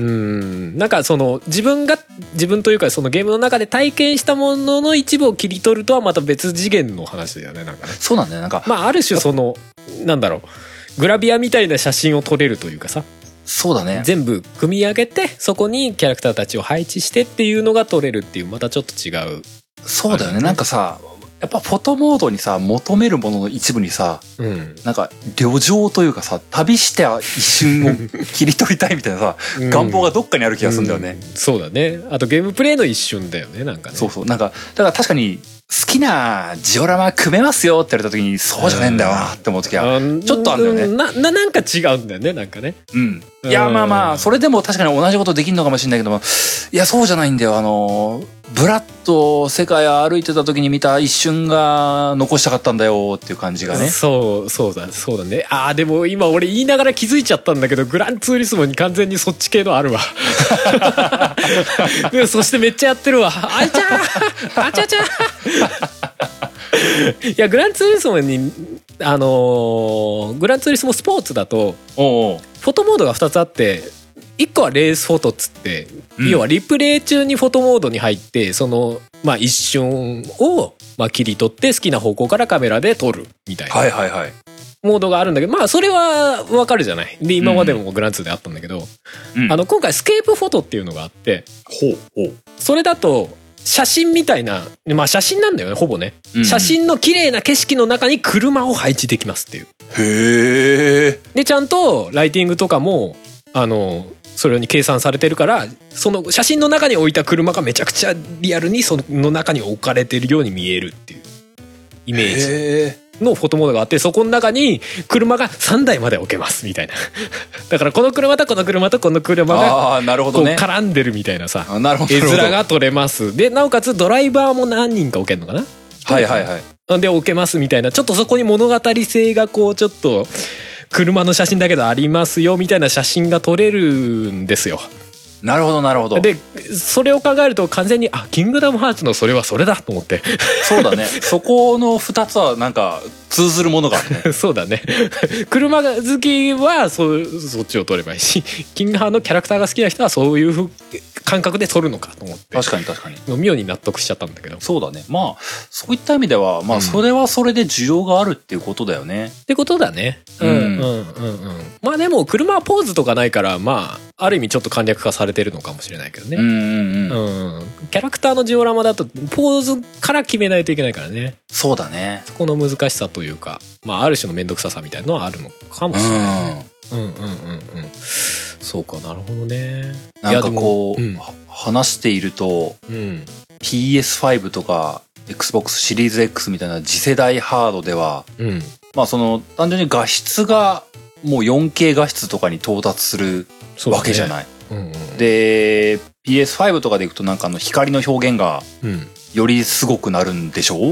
[SPEAKER 2] なんかその自分が自分というかそのゲームの中で体験したものの一部を切り取るとはまた別次元の話だよね、なんかね。
[SPEAKER 1] そうなんだよ。なんか
[SPEAKER 2] まあある種そのなんだろう、グラビアみたいな写真を撮れるというかさ。
[SPEAKER 1] そうだね。
[SPEAKER 2] 全部組み上げてそこにキャラクターたちを配置してっていうのが撮れるっていう、またちょっと違う。
[SPEAKER 1] そうだよね。なんかさ、やっぱフォトモードにさ求めるものの一部にさ、うん、なんか旅情というかさ、旅して一瞬を切り取りたいみたいなさ、うん、願望がどっかにある気がするんだよね、
[SPEAKER 2] うん、そうだね。あとゲームプレイの一瞬だよね、なんかね。
[SPEAKER 1] そうそう。なんかだから確かに好きなジオラマ組めますよって言われた時にそうじゃねえんだよなって思う時はちょっとあるんだよね。
[SPEAKER 2] な, な, なんか違うんだよね、なんかね。
[SPEAKER 1] うん。いやまあまあそれでも確かに同じことできるのかもしれないけども、いやそうじゃないんだよ。あのブラッと世界を歩いてた時に見た一瞬が残したかったんだよっていう感じがね。
[SPEAKER 2] そうそうだそうだね。ああでも今俺言いながら気づいちゃったんだけど、グランツーリスモに完全にそっち系のあるわ。そしてめっちゃやってるわ。あいちゃーあちゃちゃいやグランツーリスモにあのー、グランツーリスモスポーツだと
[SPEAKER 1] おうおう
[SPEAKER 2] フォトモードがふたつあって、いっこはレースフォトっつって、うん、要はリプレイ中にフォトモードに入ってその、まあ、一瞬を、まあ、切り取って好きな方向からカメラで撮るみたいな、
[SPEAKER 1] はいはいはい、
[SPEAKER 2] モードがあるんだけど、まあそれはわかるじゃない。で今までもグランツーであったんだけど、うん、あの今回スケープフォトっていうのがあって、
[SPEAKER 1] ほうほう、
[SPEAKER 2] それだと写真みたいな、まあ写真なんだよねほぼね、うん、写真の綺麗な景色の中に車を配置できますっていう。
[SPEAKER 1] へえ。
[SPEAKER 2] でちゃんとライティングとかもあのそれに計算されてるから、その写真の中に置いた車がめちゃくちゃリアルにその中に置かれてるように見えるっていうイメージのフォトモードがあって、そこの中に車がさんだいまで置けますみたいな。だからこの車とこの車とこの車がこう絡んでるみたいなさ、絵面が撮れます。でなおかつドライバーも何人か置けるのかな。
[SPEAKER 1] はいはいはい。
[SPEAKER 2] で置けますみたいな、ちょっとそこに物語性がこうちょっと車の写真だけどありますよみたいな写真が撮れるんですよ。
[SPEAKER 1] なるほどなるほど。
[SPEAKER 2] でそれを考えると完全にあキングダムハーツのそれはそれだと思って。
[SPEAKER 1] そうだね。そこのふたつはなんか通ずるものがあるね。
[SPEAKER 2] そうだね。車好きは そ, そっちを撮ればいいし、キングハーのキャラクターが好きな人はそういう感覚で撮るのかと思って。
[SPEAKER 1] 確かに確かに。
[SPEAKER 2] 妙に納得しちゃったんだけど。
[SPEAKER 1] そうだね。まあそういった意味ではまあそれはそれで需要があるっていうことだよね。
[SPEAKER 2] うん、ってことだね。うんうんうんうん。まあでも車はポーズとかないからまあある意味ちょっと簡略化されてるのかもしれないけどね。うんうんうん。うん、キャラクターのジオラマだとポーズから決めないといけないからね。
[SPEAKER 1] そうだね。
[SPEAKER 2] そこの難しさというか、まあある種の面倒くささみたいなのはあるのかもしれない。うんうんうんうんうん。そうか、なるほどね。
[SPEAKER 1] なんかこう、うん、話していると、うん、ピーエスファイブ とか Xbox シリーズ X みたいな次世代ハードでは、うん、まあその単純に画質がもう よんケー 画質とかに到達するわけじゃない。うんうん、で ピーエスファイブ とかでいくとなんかあの光の表現がよりすごくなるんでしょう、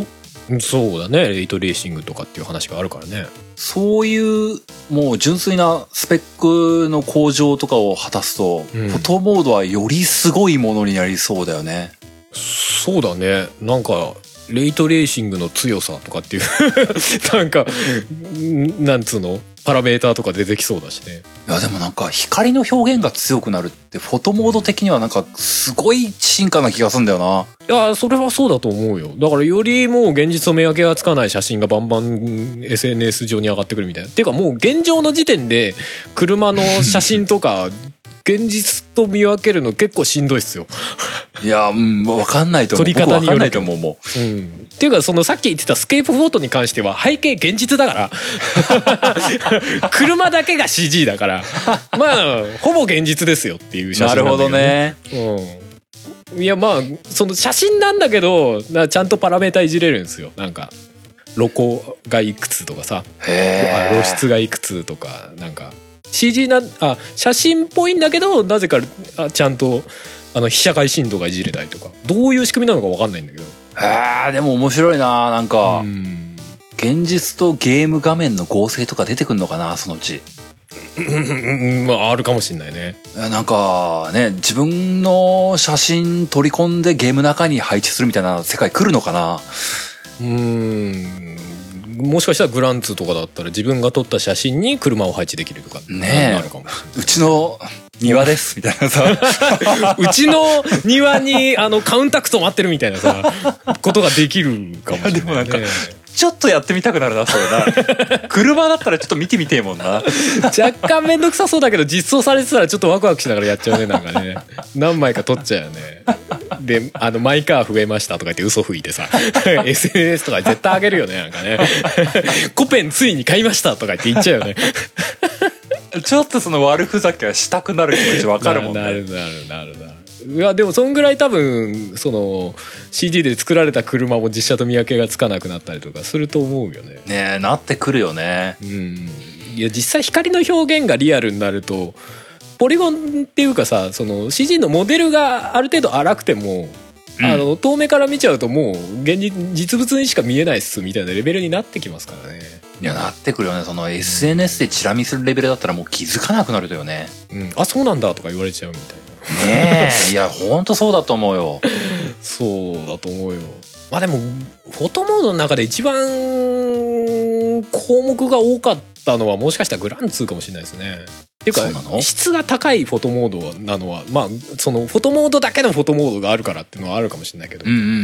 [SPEAKER 2] そうだね、レイトレーシングとかっていう話があるからね。
[SPEAKER 1] そういうもう純粋なスペックの向上とかを果たすと、うん、フォトモードはよりすごいものになりそうだよね。
[SPEAKER 2] そうだね、なんかレイトレーシングの強さとかっていうなんかなんつうのパラメーターとか出てきそうだしね。
[SPEAKER 1] いやでもなんか光の表現が強くなるってフォトモード的にはなんかすごい進化な気がするんだよな。
[SPEAKER 2] いやそれはそうだと思うよ。だからよりもう現実と見分けがつかない写真がバンバン エスエヌエス 上に上がってくるみたいな。っていうかもう現状の時点で車の写真とか現実と見分けるの結構しんどいっすよ。い
[SPEAKER 1] や、うん、分かんないと思う。撮り方によると思う。もう、うん、
[SPEAKER 2] っていうかそのさっき言ってたスケープフォートに関しては背景現実だから車だけが シージー だからまあほぼ現実ですよっていう写真なんだけど、ね、なるほどね。うん、いやまあその写真なんだけどちゃんとパラメータいじれるんですよ。なんか露光がいくつとかさ、露出がいくつとか、なんかシージー なあ写真っぽいんだけどなぜかあちゃんとあの被写界深度がいじれたりとか、どういう仕組みなのか分かんないんだけど。へ
[SPEAKER 1] え、でも面白いな。なんかうん現実とゲーム画面の合成とか出てくんのかな、そのうち。
[SPEAKER 2] まああるかもしんないね。
[SPEAKER 1] なんかね、自分の写真取り込んでゲームの中に配置するみたいな世界来るのかな。
[SPEAKER 2] うーん、もしかしたらグランツとかだったら自分が撮った写真に車を配置できるとか
[SPEAKER 1] ねえ、あるかもしれない。うちの庭ですみたいなさ
[SPEAKER 2] うちの庭にあのカウンタクト待ってるみたいなさことができるかもしれないね。でもなんか
[SPEAKER 1] ちょっとやってみたくなるな、それな。車だったらちょっと見てみてえもんな。
[SPEAKER 2] 若干めんどくさそうだけど実装されてたらちょっとワクワクしながらやっちゃうね。なんかね、何枚か撮っちゃうよね。で、あのマイカー増えましたとか言って嘘吹いてさエスエヌエス とか絶対あげるよね。なんかねコペンついに買いましたとか言って言っちゃうよね。
[SPEAKER 1] ちょっとその悪ふざけはしたくなる気持ちわかるもんね。
[SPEAKER 2] なるなるなるなる。いやでもそんぐらい多分その シーディー で作られた車も実写と見分けがつかなくなったりとかすると思うよね。
[SPEAKER 1] ねえ、なってくるよね。
[SPEAKER 2] うん。いや実際光の表現がリアルになるとポリゴンっていうかさ、その シージー のモデルがある程度荒くても、うん、あの遠目から見ちゃうともう現実実物にしか見えないっすみたいなレベルになってきますからね。
[SPEAKER 1] いやなってくるよね。その エスエヌエス でチラ見するレベルだったらもう気づかなくなるよね。
[SPEAKER 2] うん、あそうなんだとか言われちゃうみたいな。
[SPEAKER 1] ねえ、いやほんとそうだと思うよ。
[SPEAKER 2] そうだと思うよ。まあでもフォトモードの中で一番項目が多かったのはもしかしたらグランツーかもしれないですね。っていうか質が高いフォトモードなのはまあそのフォトモードだけのフォトモードがあるからっていうのはあるかもしれないけど、うんうんうんうん、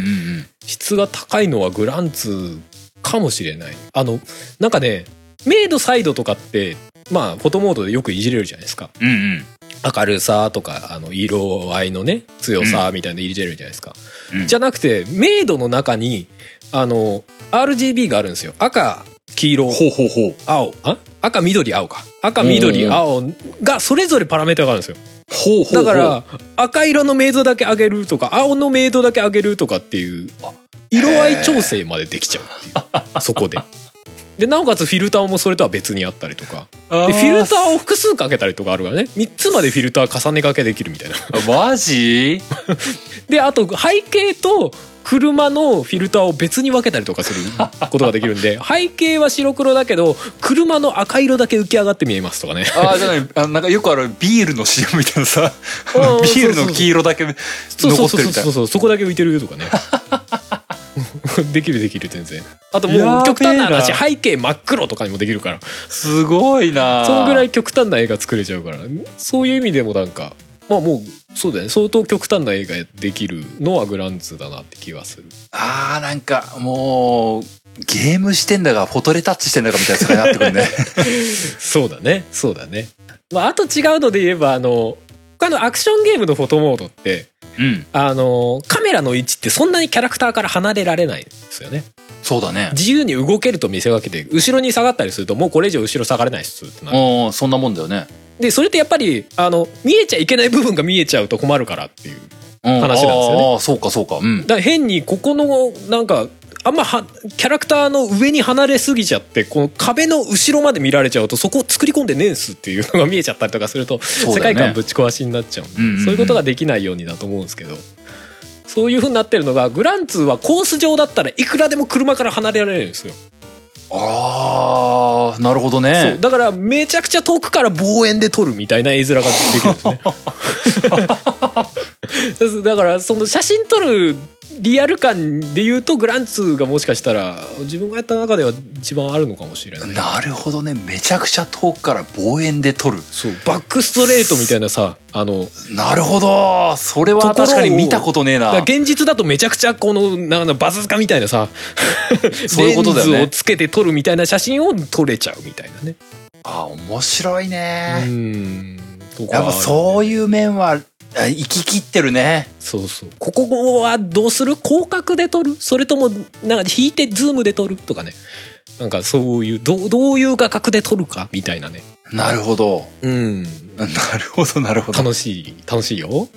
[SPEAKER 2] 質が高いのはグランツーかもしれない。あのなんかね、メイドサイドとかってまあフォトモードでよくいじれるじゃないですか。うんうん、明るさとかあの色合いのね強さみたいなのいじれるじゃないですか。うん、じゃなくてメイドの中にあの アールジービー があるんですよ。赤黄色ほうほうほう青あ赤緑青か赤緑青がそれぞれパラメータがあるんですよ。ほうほうほう。だから赤色のメイドだけ上げるとか青のメイドだけ上げるとかっていう色合い調整までできちゃうっていうそこで。でなおかつフィルターもそれとは別にあったりとかでフィルターを複数かけたりとかあるからね、みっつまでフィルター重ね掛けできるみたいな。
[SPEAKER 1] マジ
[SPEAKER 2] であと背景と車のフィルターを別に分けたりとかすることができるんで背景は白黒だけど車の赤色だけ浮き上がって見えますとかね。
[SPEAKER 1] ああじゃないあなんかよくあるビールの シーエム みたいなさビールの黄色だけ残ってるみたいな。そうそうそうそう、そ
[SPEAKER 2] こだけ浮いてるとかねできるできる全然。あともう極端な話背景真っ黒とかにもできるから
[SPEAKER 1] すごいな。
[SPEAKER 2] そのぐらい極端な絵が作れちゃうからそういう意味でもなんかまあもうそうだね、相当極端な絵ができるのはグランツーだなって気がする。
[SPEAKER 1] あーなんかもうゲームしてんだかフォトレタッチしてんだかみたいな世界になってくるね
[SPEAKER 2] そうだねそうだね。まああと違うので言えばあの他のアクションゲームのフォトモードってうん、あのカメラの位置ってそんなにキャラクターから離れられないんですよね。
[SPEAKER 1] そうだね。
[SPEAKER 2] 自由に動けると見せかけて後ろに下がったりするともうこれ以上後ろ下がれないっすってなる。
[SPEAKER 1] おそんなもんだよね。
[SPEAKER 2] でそれってやっぱりあの見えちゃいけない部分が見えちゃうと困るからっていう話なんですよね。
[SPEAKER 1] ああそうかそうか、うん、
[SPEAKER 2] だから変にここのなんかあんまはキャラクターの上に離れすぎちゃってこの壁の後ろまで見られちゃうとそこを作り込んでねえんすっていうのが見えちゃったりとかすると、ね、世界観ぶち壊しになっちゃうんで、うんうんうん、そういうことができないようにだと思うんですけど、そそういう風になってるのが、グランツーはコース上だったらいくらでも車から離れられるんですよ。
[SPEAKER 1] ああ、なるほどね。
[SPEAKER 2] そうだからめちゃくちゃ遠くから望遠で撮るみたいな絵面ができるんですね。だからその写真撮るリアル感で言うと、グランツーがもしかしたら自分がやった中では一番あるのかもしれない。
[SPEAKER 1] なるほどね。めちゃくちゃ遠くから望遠で撮る。
[SPEAKER 2] そう、バックストレートみたいなさ、あの
[SPEAKER 1] なるほど、それは確かに見たことねえな。
[SPEAKER 2] 現実だとめちゃくちゃこのなんかバズーカみたいなさ、
[SPEAKER 1] そういうことだよね。
[SPEAKER 2] レンズをつけて撮るみたいな写真を撮れちゃうみたいなね。
[SPEAKER 1] あ、面白いね。
[SPEAKER 2] うん、
[SPEAKER 1] やっぱそういう面は生き切ってるね。
[SPEAKER 2] そうそう。ここはどうする？広角で撮る？それともなんか引いてズームで撮るとかね。なんかそういうどどういう画角で撮るかみたいなね。
[SPEAKER 1] なるほど。
[SPEAKER 2] うん。
[SPEAKER 1] なるほどなるほど。
[SPEAKER 2] 楽しい楽しいよ。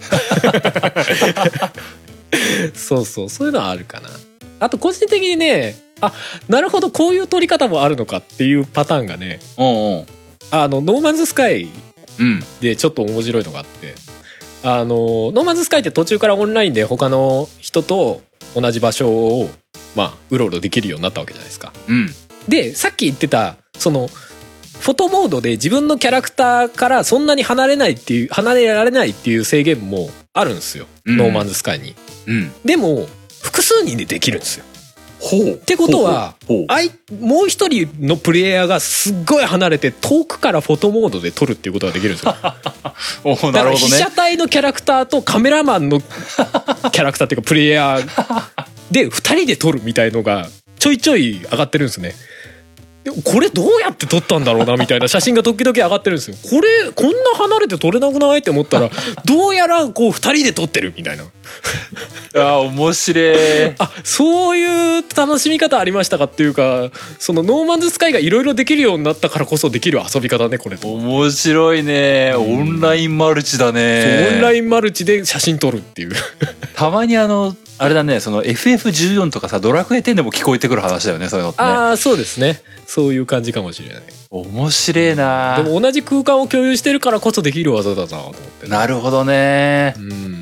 [SPEAKER 2] そうそう、そういうのはあるかな。あと個人的にね、あ、なるほどこういう撮り方もあるのかっていうパターンがね。
[SPEAKER 1] うんうん。
[SPEAKER 2] あのノーマンズスカイでちょっと面白いのがあって。あのノーマンズスカイって途中からオンラインで他の人と同じ場所をまあうろうろできるようになったわけじゃないですか。
[SPEAKER 1] うん、
[SPEAKER 2] でさっき言ってたそのフォトモードで自分のキャラクターからそんなに離れないっていう離れられないっていう制限もあるんですよ、うん、ノーマンズスカイに、うん、でも複数人でできるんですよ。ほうってことはあいもう一人のプレイヤーがすっごい離れて遠くからフォトモードで撮るっていうことができるんですよ。
[SPEAKER 1] おなるほどね、
[SPEAKER 2] だから被写体のキャラクターとカメラマンのキャラクターっていうかプレイヤーでふたりで撮るみたいのがちょいちょい上がってるんですね。これどうやって撮ったんだろうなみたいな写真が時々上がってるんですよ。これこんな離れて撮れなくないって思ったらどうやらこうふたりで撮ってるみたいな。
[SPEAKER 1] あ、面白い。
[SPEAKER 2] あ、そういう楽しみ方ありましたかっていうか、そのノーマンズスカイがいろいろできるようになったからこそできる遊び方ね、これ。
[SPEAKER 1] 面白いね。オンラインマルチだね。
[SPEAKER 2] そう、オンラインマルチで写真撮るっていう。
[SPEAKER 1] たまにあのあれだね、その エフエフじゅうよん とかさ、ドラクエテンでも聞こえてくる話だよね、そういうのってね。ああ、
[SPEAKER 2] そうですね。そういう感じかもしれない。
[SPEAKER 1] 面白いな。
[SPEAKER 2] でも同じ空間を共有してるからこそできる技だなと思って、ね。
[SPEAKER 1] なるほどね。
[SPEAKER 2] うん。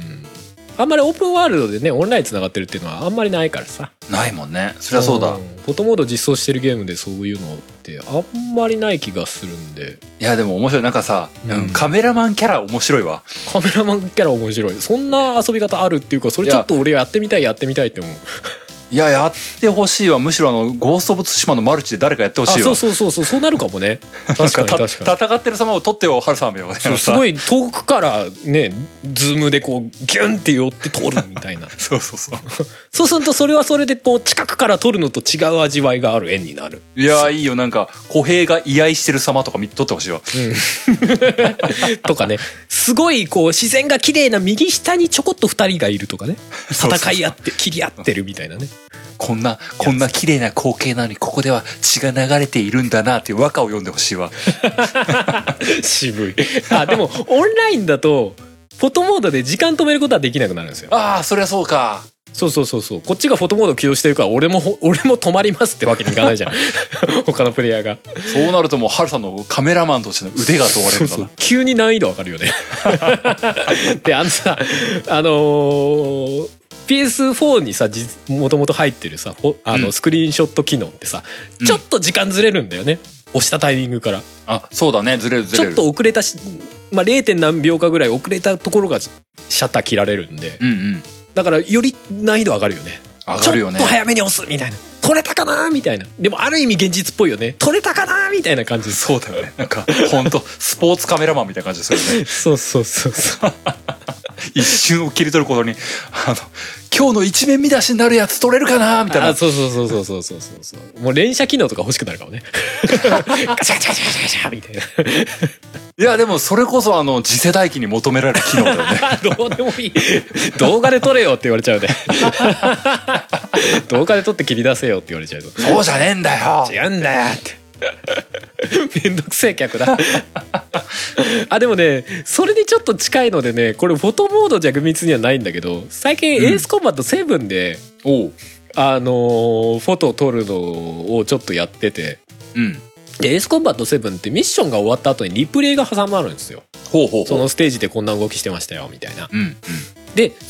[SPEAKER 2] あんまりオープンワールドでねオンラインつながってるっていうのはあんまりないからさ。
[SPEAKER 1] ないもんね。そりゃそうだ。
[SPEAKER 2] フォトモード実装してるゲームでそういうのってあんまりない気がするんで。
[SPEAKER 1] いやでも面白い。なんかさ、うん、カメラマンキャラ面白いわ。
[SPEAKER 2] カメラマンキャラ面白い。そんな遊び方あるっていうか、それちょっと俺やってみたいやってみたいって思う。
[SPEAKER 1] いや、やってほしいわ。むしろあのゴースト・オブ・ツシマのマルチで誰かやってほしいわ。
[SPEAKER 2] あ、そうそうそうそう、そうなるかもね。確かに確かに。
[SPEAKER 1] 戦ってる様を撮ってよ、ハルさんよ。
[SPEAKER 2] すごい遠くからね、ズームでこうギュンって寄って撮るみたいな。
[SPEAKER 1] そうそうそう。
[SPEAKER 2] そうするとそれはそれでこう近くから撮るのと違う味わいがある絵になる。
[SPEAKER 1] いやいいよ。なんか小平が居合してる様とか撮ってほしいわ。
[SPEAKER 2] うん。とかね、すごいこう自然が綺麗な右下にちょこっと二人がいるとかね、戦い合って切り合ってるみたいなね。
[SPEAKER 1] こんなこんな綺麗な光景なのにここでは血が流れているんだなっていう和歌を読んでほしいわ。
[SPEAKER 2] 渋い。あ、でもオンラインだとフォトモードで時間止めることはできなくなるんですよ。
[SPEAKER 1] ああ、そりゃそうか。
[SPEAKER 2] そうそうそうそう。こっちがフォトモード起動してるから俺も俺も止まりますってわけにいかないじゃん。他のプレイヤーが。そう
[SPEAKER 1] なるともうハルさんのカメラマンとしての腕が問われるんだな。そうそう、
[SPEAKER 2] 急に難易度わかるよね。で、あのさ、あのーピーエスフォー にさもともと入ってるさあのスクリーンショット機能ってさ、うん、ちょっと時間ずれるんだよね、押したタイミングから。
[SPEAKER 1] あ、そうだね、ずれるずれる。
[SPEAKER 2] ちょっと遅れたし、まあ、ゼロ. 点何秒かぐらい遅れたところがシャッター切られるんで、うんうん、だからより難易度上がるよね。
[SPEAKER 1] 上がるよね。
[SPEAKER 2] ちょっと早めに押すみたいな、撮れたかなみたいな。でもある意味現実っぽいよね。撮れたかなみたいな感じ。
[SPEAKER 1] そうだよね。なんか本当スポーツカメラマンみたいな感じですよね。
[SPEAKER 2] そうそうそうそう
[SPEAKER 1] 一瞬を切り取ることに、あの今日の一面見出しになるやつ撮れるかなみたいな。
[SPEAKER 2] あ、そうそうそうそうそうそうそう。もう連写機能とか欲しくなるかもね。ガチャガチャガチャガチャガチャみたいな。
[SPEAKER 1] いやでもそれこそあの次世代機に求められる機能だよね。
[SPEAKER 2] どうでもいい。動画で撮れよって言われちゃうね。動画で撮って切り出せよって言われちゃうと。
[SPEAKER 1] そうじゃねえんだよ。
[SPEAKER 2] 違うんだよって。めんどくせえ客だ。あ、でもね、それにちょっと近いのでね、これフォトモードじゃ密にはないんだけど、最近エースコンバットセブンで、うん、あのー、フォトを撮るのをちょっとやってて、うん、でエースコンバットセブンってミッションが終わった後にリプレイが挟まるんですよ。ほうほうほう。そのステージでこんな動きしてましたよみたいな、うんうん、でそこ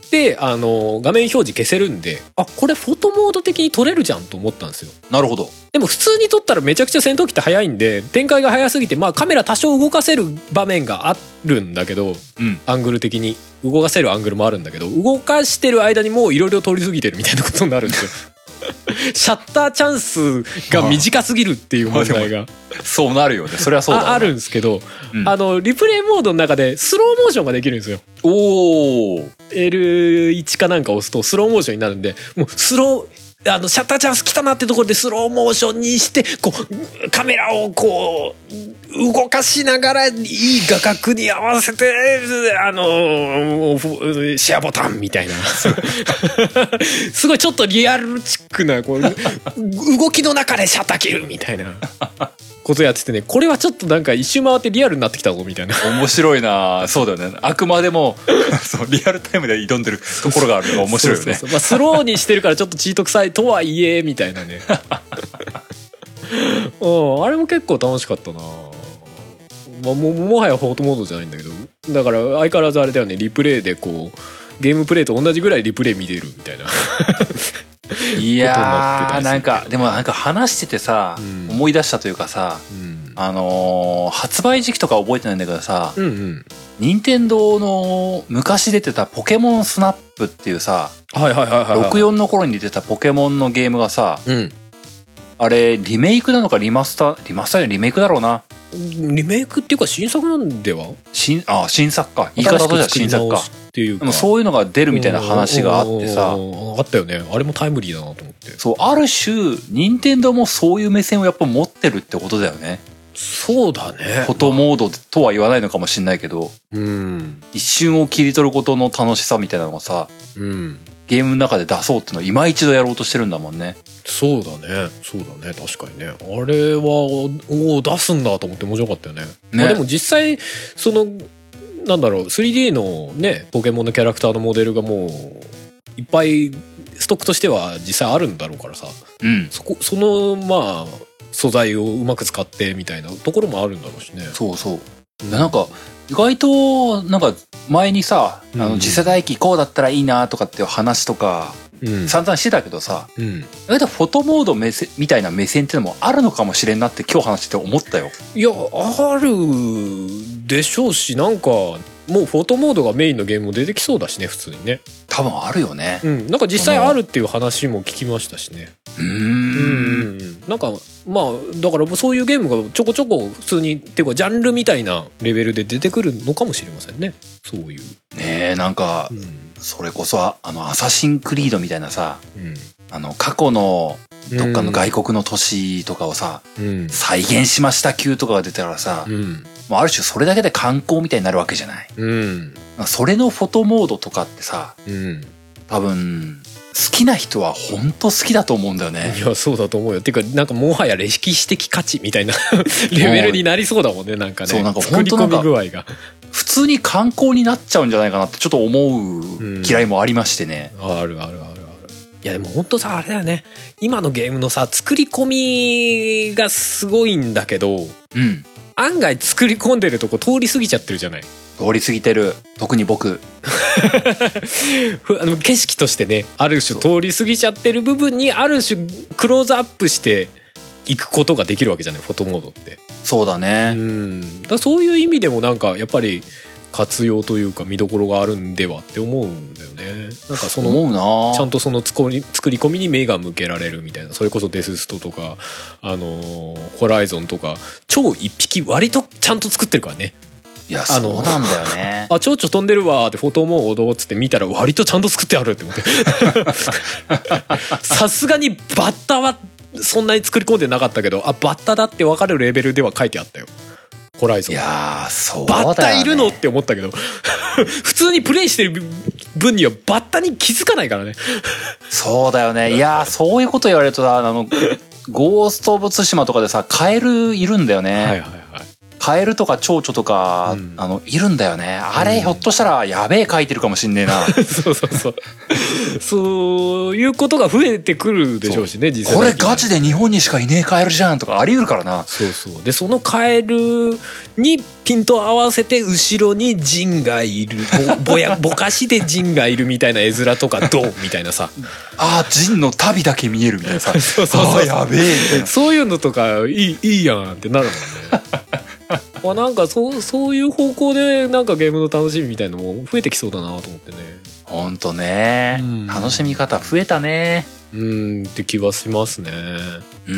[SPEAKER 2] であの画面表示消せるんで、あこれフォトモード的に撮れるじゃんと思ったんですよ。
[SPEAKER 1] なるほど。
[SPEAKER 2] でも普通に撮ったらめちゃくちゃ戦闘機って速いんで展開が速すぎて、まあカメラ多少動かせる場面があるんだけど、うん、アングル的に動かせるアングルもあるんだけど、動かしてる間にもういろいろ通り過ぎてるみたいなことになるんですよ。シャッターチャンスが短すぎるっていう問題が
[SPEAKER 1] そうなるよね。それはそうだ、ね、
[SPEAKER 2] あ, あるんですけど、うん、あのリプレイモードの中でスローモーションができるんですよ。
[SPEAKER 1] おー
[SPEAKER 2] エルワン かなんか押すとスローモーションになるんで、もうスローあのシャッターチャンス来たなってところでスローモーションにしてこうカメラをこう動かしながらいい画角に合わせてあのシェアボタンみたいなすごいちょっとリアルチックなこう動きの中でシャッター切るみたいなことやっててね、これはちょっとなんか一周回ってリアルになってきたぞみたいな。
[SPEAKER 1] 面白いな。そうだよね。あくまでもそうリアルタイムで挑んでるところがあるのが面白いよね。
[SPEAKER 2] そうそうそう、まあ、スローにしてるからちょっとチート臭いとはいえみたいなね。うん、あれも結構楽しかったな。まあ、も, もはやフォートモードじゃないんだけど、だから相変わらずあれだよね、リプレイでこうゲームプレイと同じぐらいリプレイ見れるみたいな。
[SPEAKER 1] いやーなんかでもなんか話しててさ、うん、思い出したというかさ、うん、あのー、発売時期とか覚えてないんだけどさ、うんうん、任天堂の昔出てたポケモンスナップっていうさ、
[SPEAKER 2] はいはいはいはい、
[SPEAKER 1] ろくじゅうよんの頃に出てたポケモンのゲームがさ、うん、あれリメイクなのかリマスターリマスターやリメイクだろうな。
[SPEAKER 2] リメイクっていうか新作なんでは
[SPEAKER 1] 新あ新作か、言い方としては新作かっていうか、でもそういうのが出るみたいな話があってさ、
[SPEAKER 2] あったよね。あれもタイムリーだなと思って。
[SPEAKER 1] そう、ある種任天堂もそういう目線をやっぱ持ってるってことだよね。
[SPEAKER 2] そうだね。
[SPEAKER 1] フォトモードとは言わないのかもしれないけど、うん、一瞬を切り取ることの楽しさみたいなのがさ、うん、ゲームの中で出そうっていうのを今一度やろうとしてるんだもんね。
[SPEAKER 2] そうだね、そうだね、確かにね。あれはおお出すんだと思って面白かったよね。ね、まあ、でも実際そのなんだろう スリーディー のねポケモンのキャラクターのモデルがもういっぱいストックとしては実際あるんだろうからさ、うん、そこそのまあ素材をうまく使ってみたいなところもあるんだろうしね。
[SPEAKER 1] そうそう、うん、なんか意外となんか前にさ、あの次世代機こうだったらいいなとかっていう話とか、うん、散々してたけどさ、うん、意外とフォトモード目線みたいな目線っていうのもあるのかもしれんなって今日話してて思ったよ。
[SPEAKER 2] いやあるでしょうし、なんかもうフォトモードがメインのゲームも出てきそうだしね、普通にね。
[SPEAKER 1] 多分あるよね。
[SPEAKER 2] うん、なんか実際あるっていう話も聞きましたしね。うーん、うん、なんかまあだからそういうゲームがちょこちょこ普通にっていうかジャンルみたいなレベルで出てくるのかもしれませんね。そういう
[SPEAKER 1] ねえ、なんか、うん、それこそあのアサシンクリードみたいなさ、うん、あの過去のどっかの外国の都市とかをさ、うん、再現しました級とかが出たらさ、うん、もうある種それだけで観光みたいになるわけじゃない、うん、それのフォトモードとかってさ、うん、多分好きな人は本当好きだと思うんだよね。
[SPEAKER 2] いやそうだと思うよ。てかなんかもはや歴史的価値みたいなレベルになりそうだもんね。なんかね、そうなんか本当なんか作り込み具合が
[SPEAKER 1] 普通に観光になっちゃうんじゃないかなってちょっと思う嫌いもありましてね、
[SPEAKER 2] うん、あるあるあるある。いやでも本当さあれだよね、今のゲームのさ作り込みがすごいんだけど、うん、案外作り込んでるとこ通り過ぎちゃってるじゃない。
[SPEAKER 1] 通り過ぎてる、特に僕
[SPEAKER 2] あの景色としてね、ある種通り過ぎちゃってる部分にある種クローズアップしていくことができるわけじゃない、フォトモードって。
[SPEAKER 1] そうだね。
[SPEAKER 2] うん、だそういう意味でもなんかやっぱり活用というか見どころがあるんではって思うんだよね。なんかその
[SPEAKER 1] 思うな、
[SPEAKER 2] ちゃんとその作り込みに目が向けられるみたいな。それこそデスストとかあのー、ホライゾンとか超一匹割とちゃんと作ってるからね。
[SPEAKER 1] いやそうなんだよね。
[SPEAKER 2] あ、蝶々飛んでるわってフォトモードっつって見たら割とちゃんと作ってあるって思ってさすがにバッタはそんなに作り込んでなかったけど、あバッタだって分かるレベルでは書いてあったよ、ホライゾン。
[SPEAKER 1] いやーそうだよね、
[SPEAKER 2] バッタいるのって思ったけど普通にプレイしてる分にはバッタに気づかないからね
[SPEAKER 1] そうだよね。いやーそういうこと言われるとさ、あのゴースト・オブ・ツシマとかでさカエルいるんだよね。はいはいはい、カエルとか蝶々とか、うん、あのいるんだよね。あれ、うん、ひょっとしたらやべえ書いてるかもしんねえな。
[SPEAKER 2] そうそうそうそういうことが増えてくるでしょうしね、実際。
[SPEAKER 1] これガチで日本にしかいねえカエルじゃんとかあり得るからな。
[SPEAKER 2] そうそう。でそのカエルにピント合わせて後ろにジンがいる、ぼぼやぼかしでジンがいるみたいな絵面とかどうみたいなさ。
[SPEAKER 1] ああジンの旅だけ見えるみたいなさ。
[SPEAKER 2] そうそうそう。
[SPEAKER 1] あやべえみたいな。
[SPEAKER 2] そういうのとかいいいいやんってなるもんね。まあなんかそうそういう方向でなんかゲームの楽しみみたいのも増えてきそうだなと思ってね。
[SPEAKER 1] ほんとね、うん、楽しみ方増えたね。
[SPEAKER 2] うんって気はしますね。
[SPEAKER 1] うん。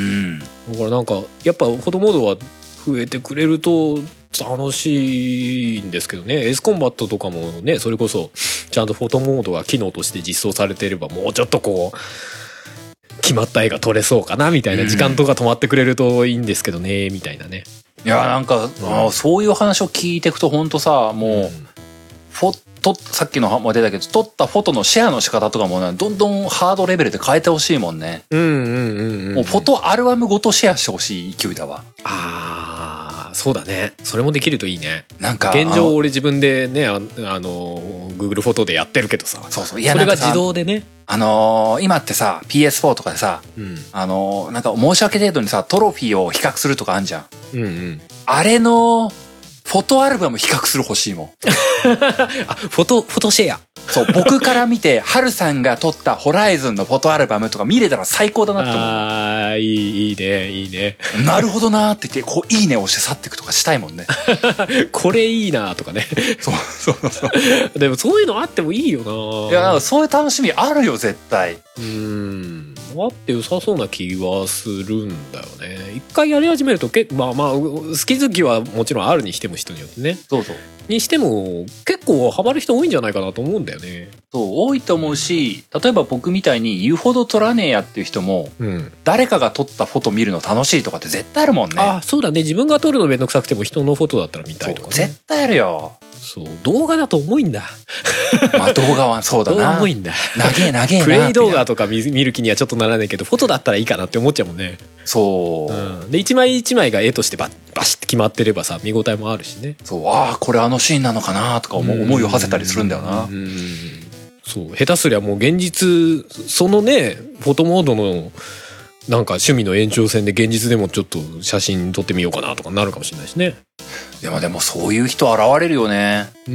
[SPEAKER 2] だからなんかやっぱフォトモードは増えてくれると楽しいんですけどね。エースコンバットとかもね、それこそちゃんとフォトモードが機能として実装されていればもうちょっとこう決まった絵が撮れそうかなみたいな、時間とか止まってくれるといいんですけどねみたいなね。
[SPEAKER 1] いやなんか、うん、そういう話を聞いていくとほんとさ、もう、うん、フォトさっきのも出たけど撮ったフォトのシェアの仕方とかもね、どんどんハードレベルで変えてほしいもんね。
[SPEAKER 2] うんうんうんうん。もう
[SPEAKER 1] フォトアルバムごとシェアしてほしい勢いだわ。
[SPEAKER 2] ああ、そうだね。それもできるといいね。
[SPEAKER 1] なんか
[SPEAKER 2] 現状俺自分でね、あ, あの Google フォトでやってるけどさ。
[SPEAKER 1] そうそう。
[SPEAKER 2] いやそれが自動でね。
[SPEAKER 1] あのー、今ってさ ピーエスフォー とかでさ、うん、あのー、なんか申し訳程度にさトロフィーを比較するとかあんじゃん。
[SPEAKER 2] うんうん。
[SPEAKER 1] あれのフォトアルバム比較する欲しいもん。
[SPEAKER 2] あ、フォトフォトシェア。
[SPEAKER 1] そう、僕から見てハルさんが撮ったホライズンのフォトアルバムとか見れたら最高だなって思う。
[SPEAKER 2] ああ、いいいいねいいね。
[SPEAKER 1] なるほどなーって言ってこういいねを押して去っていくとかしたいもんね。
[SPEAKER 2] これいいなとかね。
[SPEAKER 1] そうそうそう。
[SPEAKER 2] でもそういうのあってもいいよな。
[SPEAKER 1] いやなんかそういう楽しみあるよ絶対。
[SPEAKER 2] うーん。あって良さそうな気はするんだよね。一回やり始めるとけまあまあ好き好きはもちろんあるにしても人によってね。
[SPEAKER 1] そうそう。
[SPEAKER 2] にしても結構ハマる人多いんじゃないかなと思うんだよね。
[SPEAKER 1] そう多いと思うし、例えば僕みたいに言うほど撮らねえやっていう人も、うん、誰かが撮ったフォト見るの楽しいとかって絶対あるもんね。
[SPEAKER 2] あ、そうだね。自分が撮るのめんどくさくても人のフォトだったら見たいとかね。
[SPEAKER 1] 絶対あるよ。
[SPEAKER 2] そう動画だと重いんだ。
[SPEAKER 1] まあ動画はそうだな。
[SPEAKER 2] 動画重いんだ。
[SPEAKER 1] 長え長えな。
[SPEAKER 2] プレイ動画とか見る気にはちょっとならないけどフォトだったらいいかなって思っちゃうもんね。
[SPEAKER 1] そう、
[SPEAKER 2] うん、で一枚一枚が絵としてバッバシッて決まってればさ見応えもあるしね。
[SPEAKER 1] そうああこれあのシーンなのかなとか思いを馳せたりするんだよな。
[SPEAKER 2] うんうんそう下手すりゃもう現実そのねフォトモードのなんか趣味の延長線で現実でもちょっと写真撮ってみようかなとかなるかもしれないしね。
[SPEAKER 1] でもでもそういう人現れるよね。うん、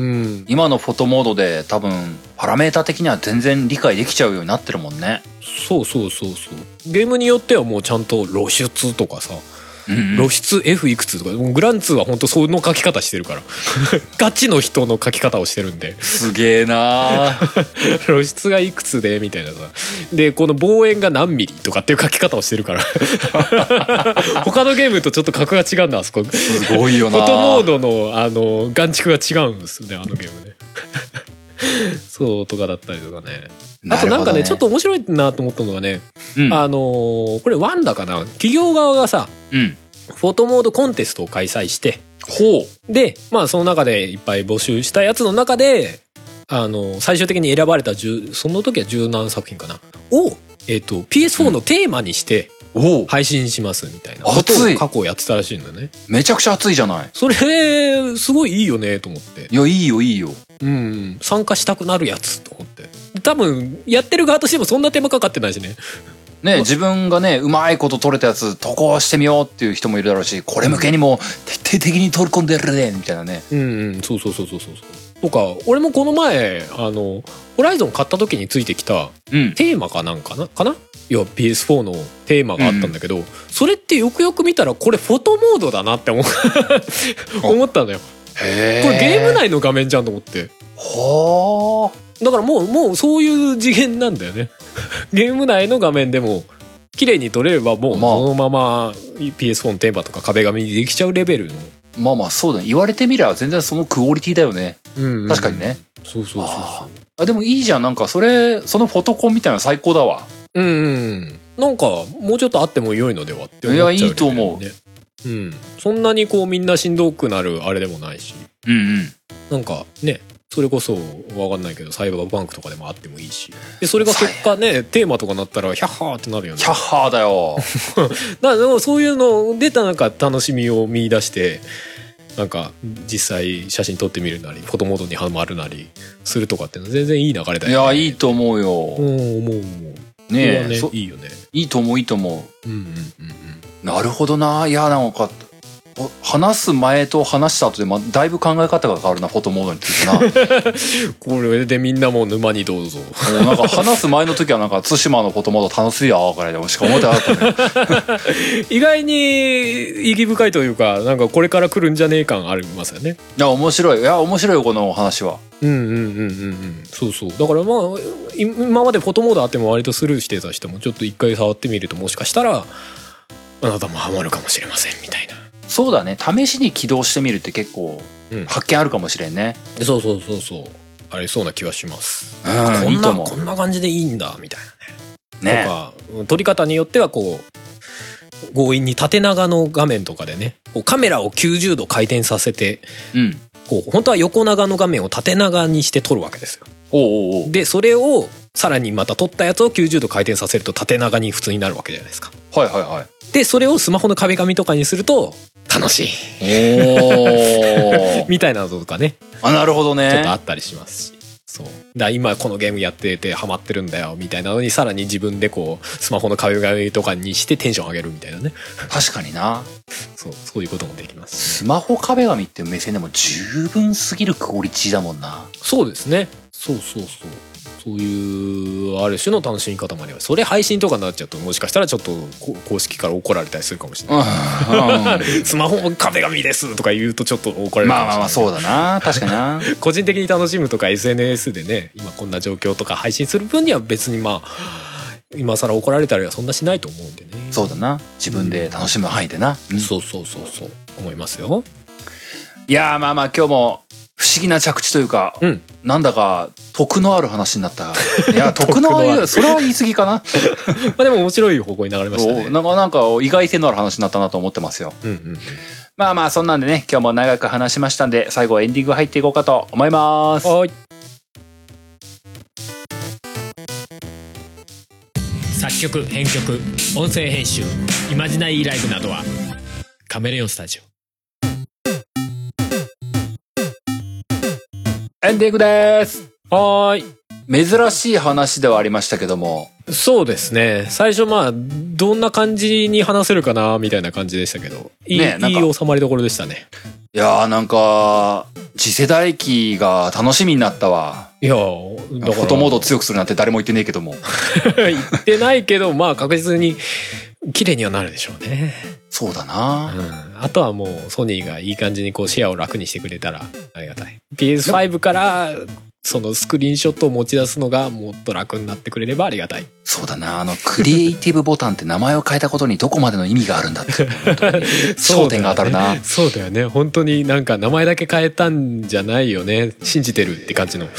[SPEAKER 1] 今のフォトモードで多分パラメータ的には全然理解できちゃうようになってるもんね。そうそうそうそう
[SPEAKER 2] ゲームによってはもうちゃんと露出とかさ、うんうん、露出 エフ いくつとかグランツーは本当その書き方してるからガチの人の書き方をしてるんです
[SPEAKER 1] げえな
[SPEAKER 2] 露出がいくつでみたいなさでこの望遠が何ミリとかっていう書き方をしてるから他のゲームとちょっと格が違うんだあそこ
[SPEAKER 1] すごいよな
[SPEAKER 2] フォトモードのあの眼蓄が違うんですよねあのゲームねそうとかだったりとかね。あとなんか ね, ねちょっと面白いなと思ったのがね、うん、あのー、これワンダかな企業側がさ、うん、フォトモードコンテストを開催して
[SPEAKER 1] ほうで
[SPEAKER 2] まあその中でいっぱい募集したやつの中であの最終的に選ばれたその時は十何作品かなを、えー、と ピーエスフォー のテーマにして、うん、配信しますみたいなことを過去やってたらしいんだよね。
[SPEAKER 1] めちゃくちゃ熱いじゃない。
[SPEAKER 2] それすごいいいよねと思って。
[SPEAKER 1] いやいいよいいよ、
[SPEAKER 2] うん、参加したくなるやつと思って多分やってる側としてもそんな手間かかってないしね。
[SPEAKER 1] ね自分がねうまいこと撮れたやつ投稿してみようっていう人もいるだろうしこれ向けにも徹底的に取り込んでるねみたいなね。
[SPEAKER 2] うんうんそうそうそうそうそうとか俺もこの前あのホライゾン買った時についてきたテーマかなんかな、うん、かな要は ピーエスフォー のテーマがあったんだけど、うん、それってよくよく見たらこれフォトモードだなって思思ったんだよ。へーこれゲーム内の画面じゃんと思って。はあだからもうもうそういう次元なんだよねゲーム内の画面でも綺麗に撮れればもうそのまま ピーエスフォー のテーマとか壁紙にできちゃうレベルの。
[SPEAKER 1] まあまあそうだね言われてみれば全然そのクオリティだよね、うんうんうん、確かにね。
[SPEAKER 2] そうそうそうそう
[SPEAKER 1] ああでもいいじゃんなんかそれそのフォトコンみたいなの最高だわ。
[SPEAKER 2] うんうんなんかもうちょっとあっても良いのではって思っちゃう、ね、
[SPEAKER 1] いやいいと思う、
[SPEAKER 2] うん、そんなにこうみんなしんどくなるあれでもないし、
[SPEAKER 1] うんうん、
[SPEAKER 2] なんかねそれこそ分かんないけどサイバーバンクとかでもあってもいいしでそれが結果ねテーマとかなったらヒャッハーってなるよね。
[SPEAKER 1] ヒャッハーだよ
[SPEAKER 2] だからでもそういうのでなんか楽しみを見出してなんか実際写真撮ってみるなりフォトモードにはまるなりするとかっていうのは全然いい流れだよね。
[SPEAKER 1] いやいいと思うよ。
[SPEAKER 2] うん思う思う。
[SPEAKER 1] ねえ、
[SPEAKER 2] ね、いいよね。
[SPEAKER 1] いいと思ういいと思う。うんうんうんうん。なるほどな。いやなんか話す前と話した後で、ま、だいぶ考え方が変わるな、フォトモードについてな。
[SPEAKER 2] これでみんなも沼にどうぞ。
[SPEAKER 1] もうなんか話す前の時はなんか対馬のフォトモード楽しいやぐらいでしか思ってなかったね。
[SPEAKER 2] 意外に意義深いというか、なんかこれから来るんじゃねえ感ありますよね。
[SPEAKER 1] いや面白い。いや面白いよこの話は。
[SPEAKER 2] うんうんうんうんうん。そうそう。だからまあ今までフォトモードあっても割とスルーしてた人もちょっと一回触ってみるともしかしたらあなたもハマるかもしれませんみたいな。
[SPEAKER 1] そうだね、試しに起動してみるって結構発見あるかもしれんね、
[SPEAKER 2] うん、そうそうそうそう、ありそうな気はします、
[SPEAKER 1] うん、
[SPEAKER 2] こんな、
[SPEAKER 1] いいと思う。
[SPEAKER 2] こんな感じでいいんだみたいなね。
[SPEAKER 1] ね、
[SPEAKER 2] とか撮り方によってはこう強引に縦長の画面とかでね、こうカメラをきゅうじゅうど回転させて、うん、こう本当は横長の画面を縦長にして撮るわけですよ。おうおうおう。でそれをさらにまた撮ったやつをきゅうじゅうど回転させると縦長に普通になるわけじゃないですか。
[SPEAKER 1] はいはいはい。で
[SPEAKER 2] それをスマホの壁紙とかにすると楽しいおみたいなのとかね。
[SPEAKER 1] あ、なるほどね。
[SPEAKER 2] ちょっとあったりしますし、そうだ今このゲームやっててハマってるんだよみたいなのにさらに自分でこうスマホの壁紙とかにしてテンション上げるみたいなね。
[SPEAKER 1] 確かにな。
[SPEAKER 2] そうそういうこともできます、
[SPEAKER 1] ね、スマホ壁紙って目線でも十分すぎるクオリティだもんな。
[SPEAKER 2] そうですね。そうそうそう。そういうある種の楽しみ方もあります。それ配信とかになっちゃうともしかしたらちょっと公式から怒られたりするかもしれない。スマホ壁紙ですとか言うとちょっと怒られるかもしれない。
[SPEAKER 1] まあまあまあそうだな、確かにな。
[SPEAKER 2] 個人的に楽しむとか エスエヌエス でね今こんな状況とか配信する分には別にまあ今更怒られたりはそんなしないと思うんでね。
[SPEAKER 1] そうだな、自分で楽しむ範囲でな、
[SPEAKER 2] うん、そうそうそうそう思いますよ。
[SPEAKER 1] いやーまあまあ今日も不思議な着地というか、うん、なんだか得のある話になった。いや得のあるそれは言い過ぎかな。ま
[SPEAKER 2] あでも面白い方向に流れましたね。
[SPEAKER 1] なんかなんか意外性のある話になったなと思ってますよ。うんうん、まあまあそんなんでね今日も長く話しましたんで最後エンディング入っていこうかと思います。はい。
[SPEAKER 2] 作曲編曲音声編集イマジナイーライブなどはカメレオンスタジオ。
[SPEAKER 1] エンディングです。
[SPEAKER 2] はーい。
[SPEAKER 1] 珍しい話ではありましたけども。
[SPEAKER 2] そうですね。最初まあどんな感じに話せるかなみたいな感じでしたけど、いい、ね、いい収まりどころでしたね。
[SPEAKER 1] いやーなんか次世代機が楽しみになったわ。いやーだからフォトモード強くするなんて誰も言ってねえけども。
[SPEAKER 2] 言ってないけどまあ確実に綺麗にはなるでしょうね。
[SPEAKER 1] そうだな、
[SPEAKER 2] うん、あとはもうソニーがいい感じにこうシェアを楽にしてくれたらありがたい。 ピーエスファイブ からそのスクリーンショットを持ち出すのがもっと楽になってくれればありがたい。
[SPEAKER 1] そうだな、あのクリエイティブボタンって名前を変えたことにどこまでの意味があるんだって焦点が当たるな。
[SPEAKER 2] そうだよね。本当になんか名前だけ変えたんじゃないよね、信じてるって感じの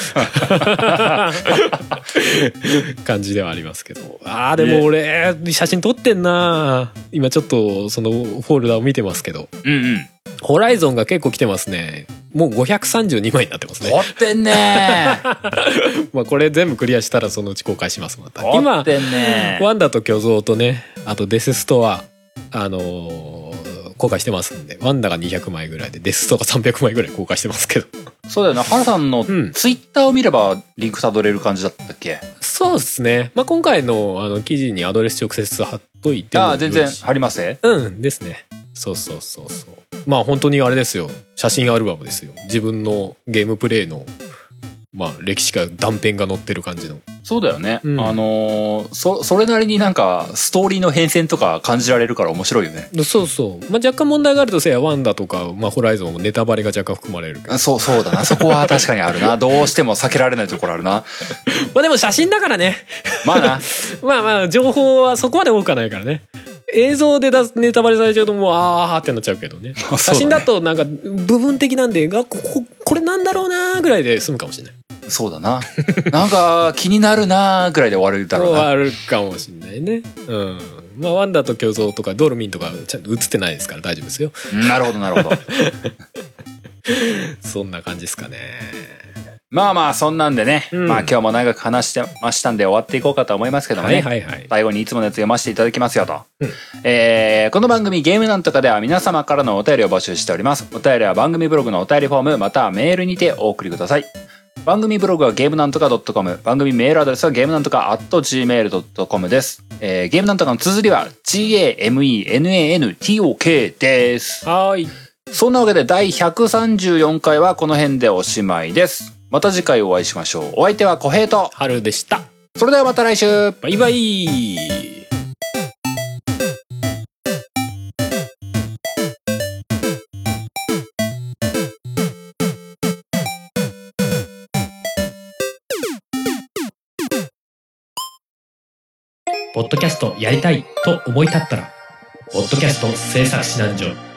[SPEAKER 2] 感じではありますけど。あーでも俺、ね、写真撮ってんな。今ちょっとそのフォルダを見てますけど、うんうん、ホライゾンが結構来てますね。もうごひゃくさんじゅうにまいになってますね。
[SPEAKER 1] 撮ってんね
[SPEAKER 2] まあこれ全部クリアしたらそのうち公開します。また
[SPEAKER 1] 今
[SPEAKER 2] ワンダと巨像とね、あとデスストはあのー、公開してますんで、ワンダがにひゃくまいぐらいでデスストがさんびゃくまいぐらい公開してますけど。
[SPEAKER 1] そうだよね。原さんのツイッターを見ればリンクたどれる感じだったっけ？
[SPEAKER 2] そうですね。まあ今回のあの記事にアドレス直接貼っといても。
[SPEAKER 1] ああ全然貼りますね。
[SPEAKER 2] うんですね。そうそうそうそう。まあ本当にあれですよ。写真アルバムですよ。自分のゲームプレイのまあ歴史が断片が載ってる感じの。
[SPEAKER 1] そうだよね。うん、あのー、そそれなりになんかストーリーの変遷とか感じられるから面白いよね。
[SPEAKER 2] そうそう。まあ若干問題があるとせやワンダとかまあホライゾンもネタバレが若干含まれるけど。
[SPEAKER 1] そうそうだな。そこは確かにあるな。どうしても避けられないところあるな。
[SPEAKER 2] まあでも写真だからね。
[SPEAKER 1] まあな。
[SPEAKER 2] まあまあ情報はそこまで多くはないからね。映像で出すネタバレされちゃうともうあーってなっちゃうけどね。写真だとなんか部分的なんであこここれなんだろうなぐらいで済むかもしれない。
[SPEAKER 1] そうだな。なんか気になるなぐらいで終わるだろうな。
[SPEAKER 2] 終わるかもしれないね。うん。まあワンダと巨像とかドルミンとかちゃんと映ってないですから大丈夫ですよ。
[SPEAKER 1] なるほどなるほど。
[SPEAKER 2] そんな感じですかね。
[SPEAKER 1] まあまあそんなんでね、うん、まあ今日も長く話してましたんで終わっていこうかと思いますけどもね、はいはいはい、最後にいつものやつ読ませていただきますよと、うん、えー、この番組ゲームなんとかでは皆様からのお便りを募集しております。お便りは番組ブログのお便りフォームまたはメールにてお送りください。番組ブログはゲームなんとか .com、 番組メールアドレスはゲームなんとか アットジーメールドットコム です、えー、ゲームなんとかの綴りは ジーエーエムイーエヌエーエヌティーオーケー です。
[SPEAKER 2] はい、
[SPEAKER 1] そんなわけでだいひゃくさんじゅうよんかいはこの辺でおしまいです。また次回お会いしましょう。お相手は小平と
[SPEAKER 2] 春でした。
[SPEAKER 1] それではまた来週。
[SPEAKER 2] バイバイ。ポッドキャストやりたいと思い立ったら、ポッドキャスト制作指南所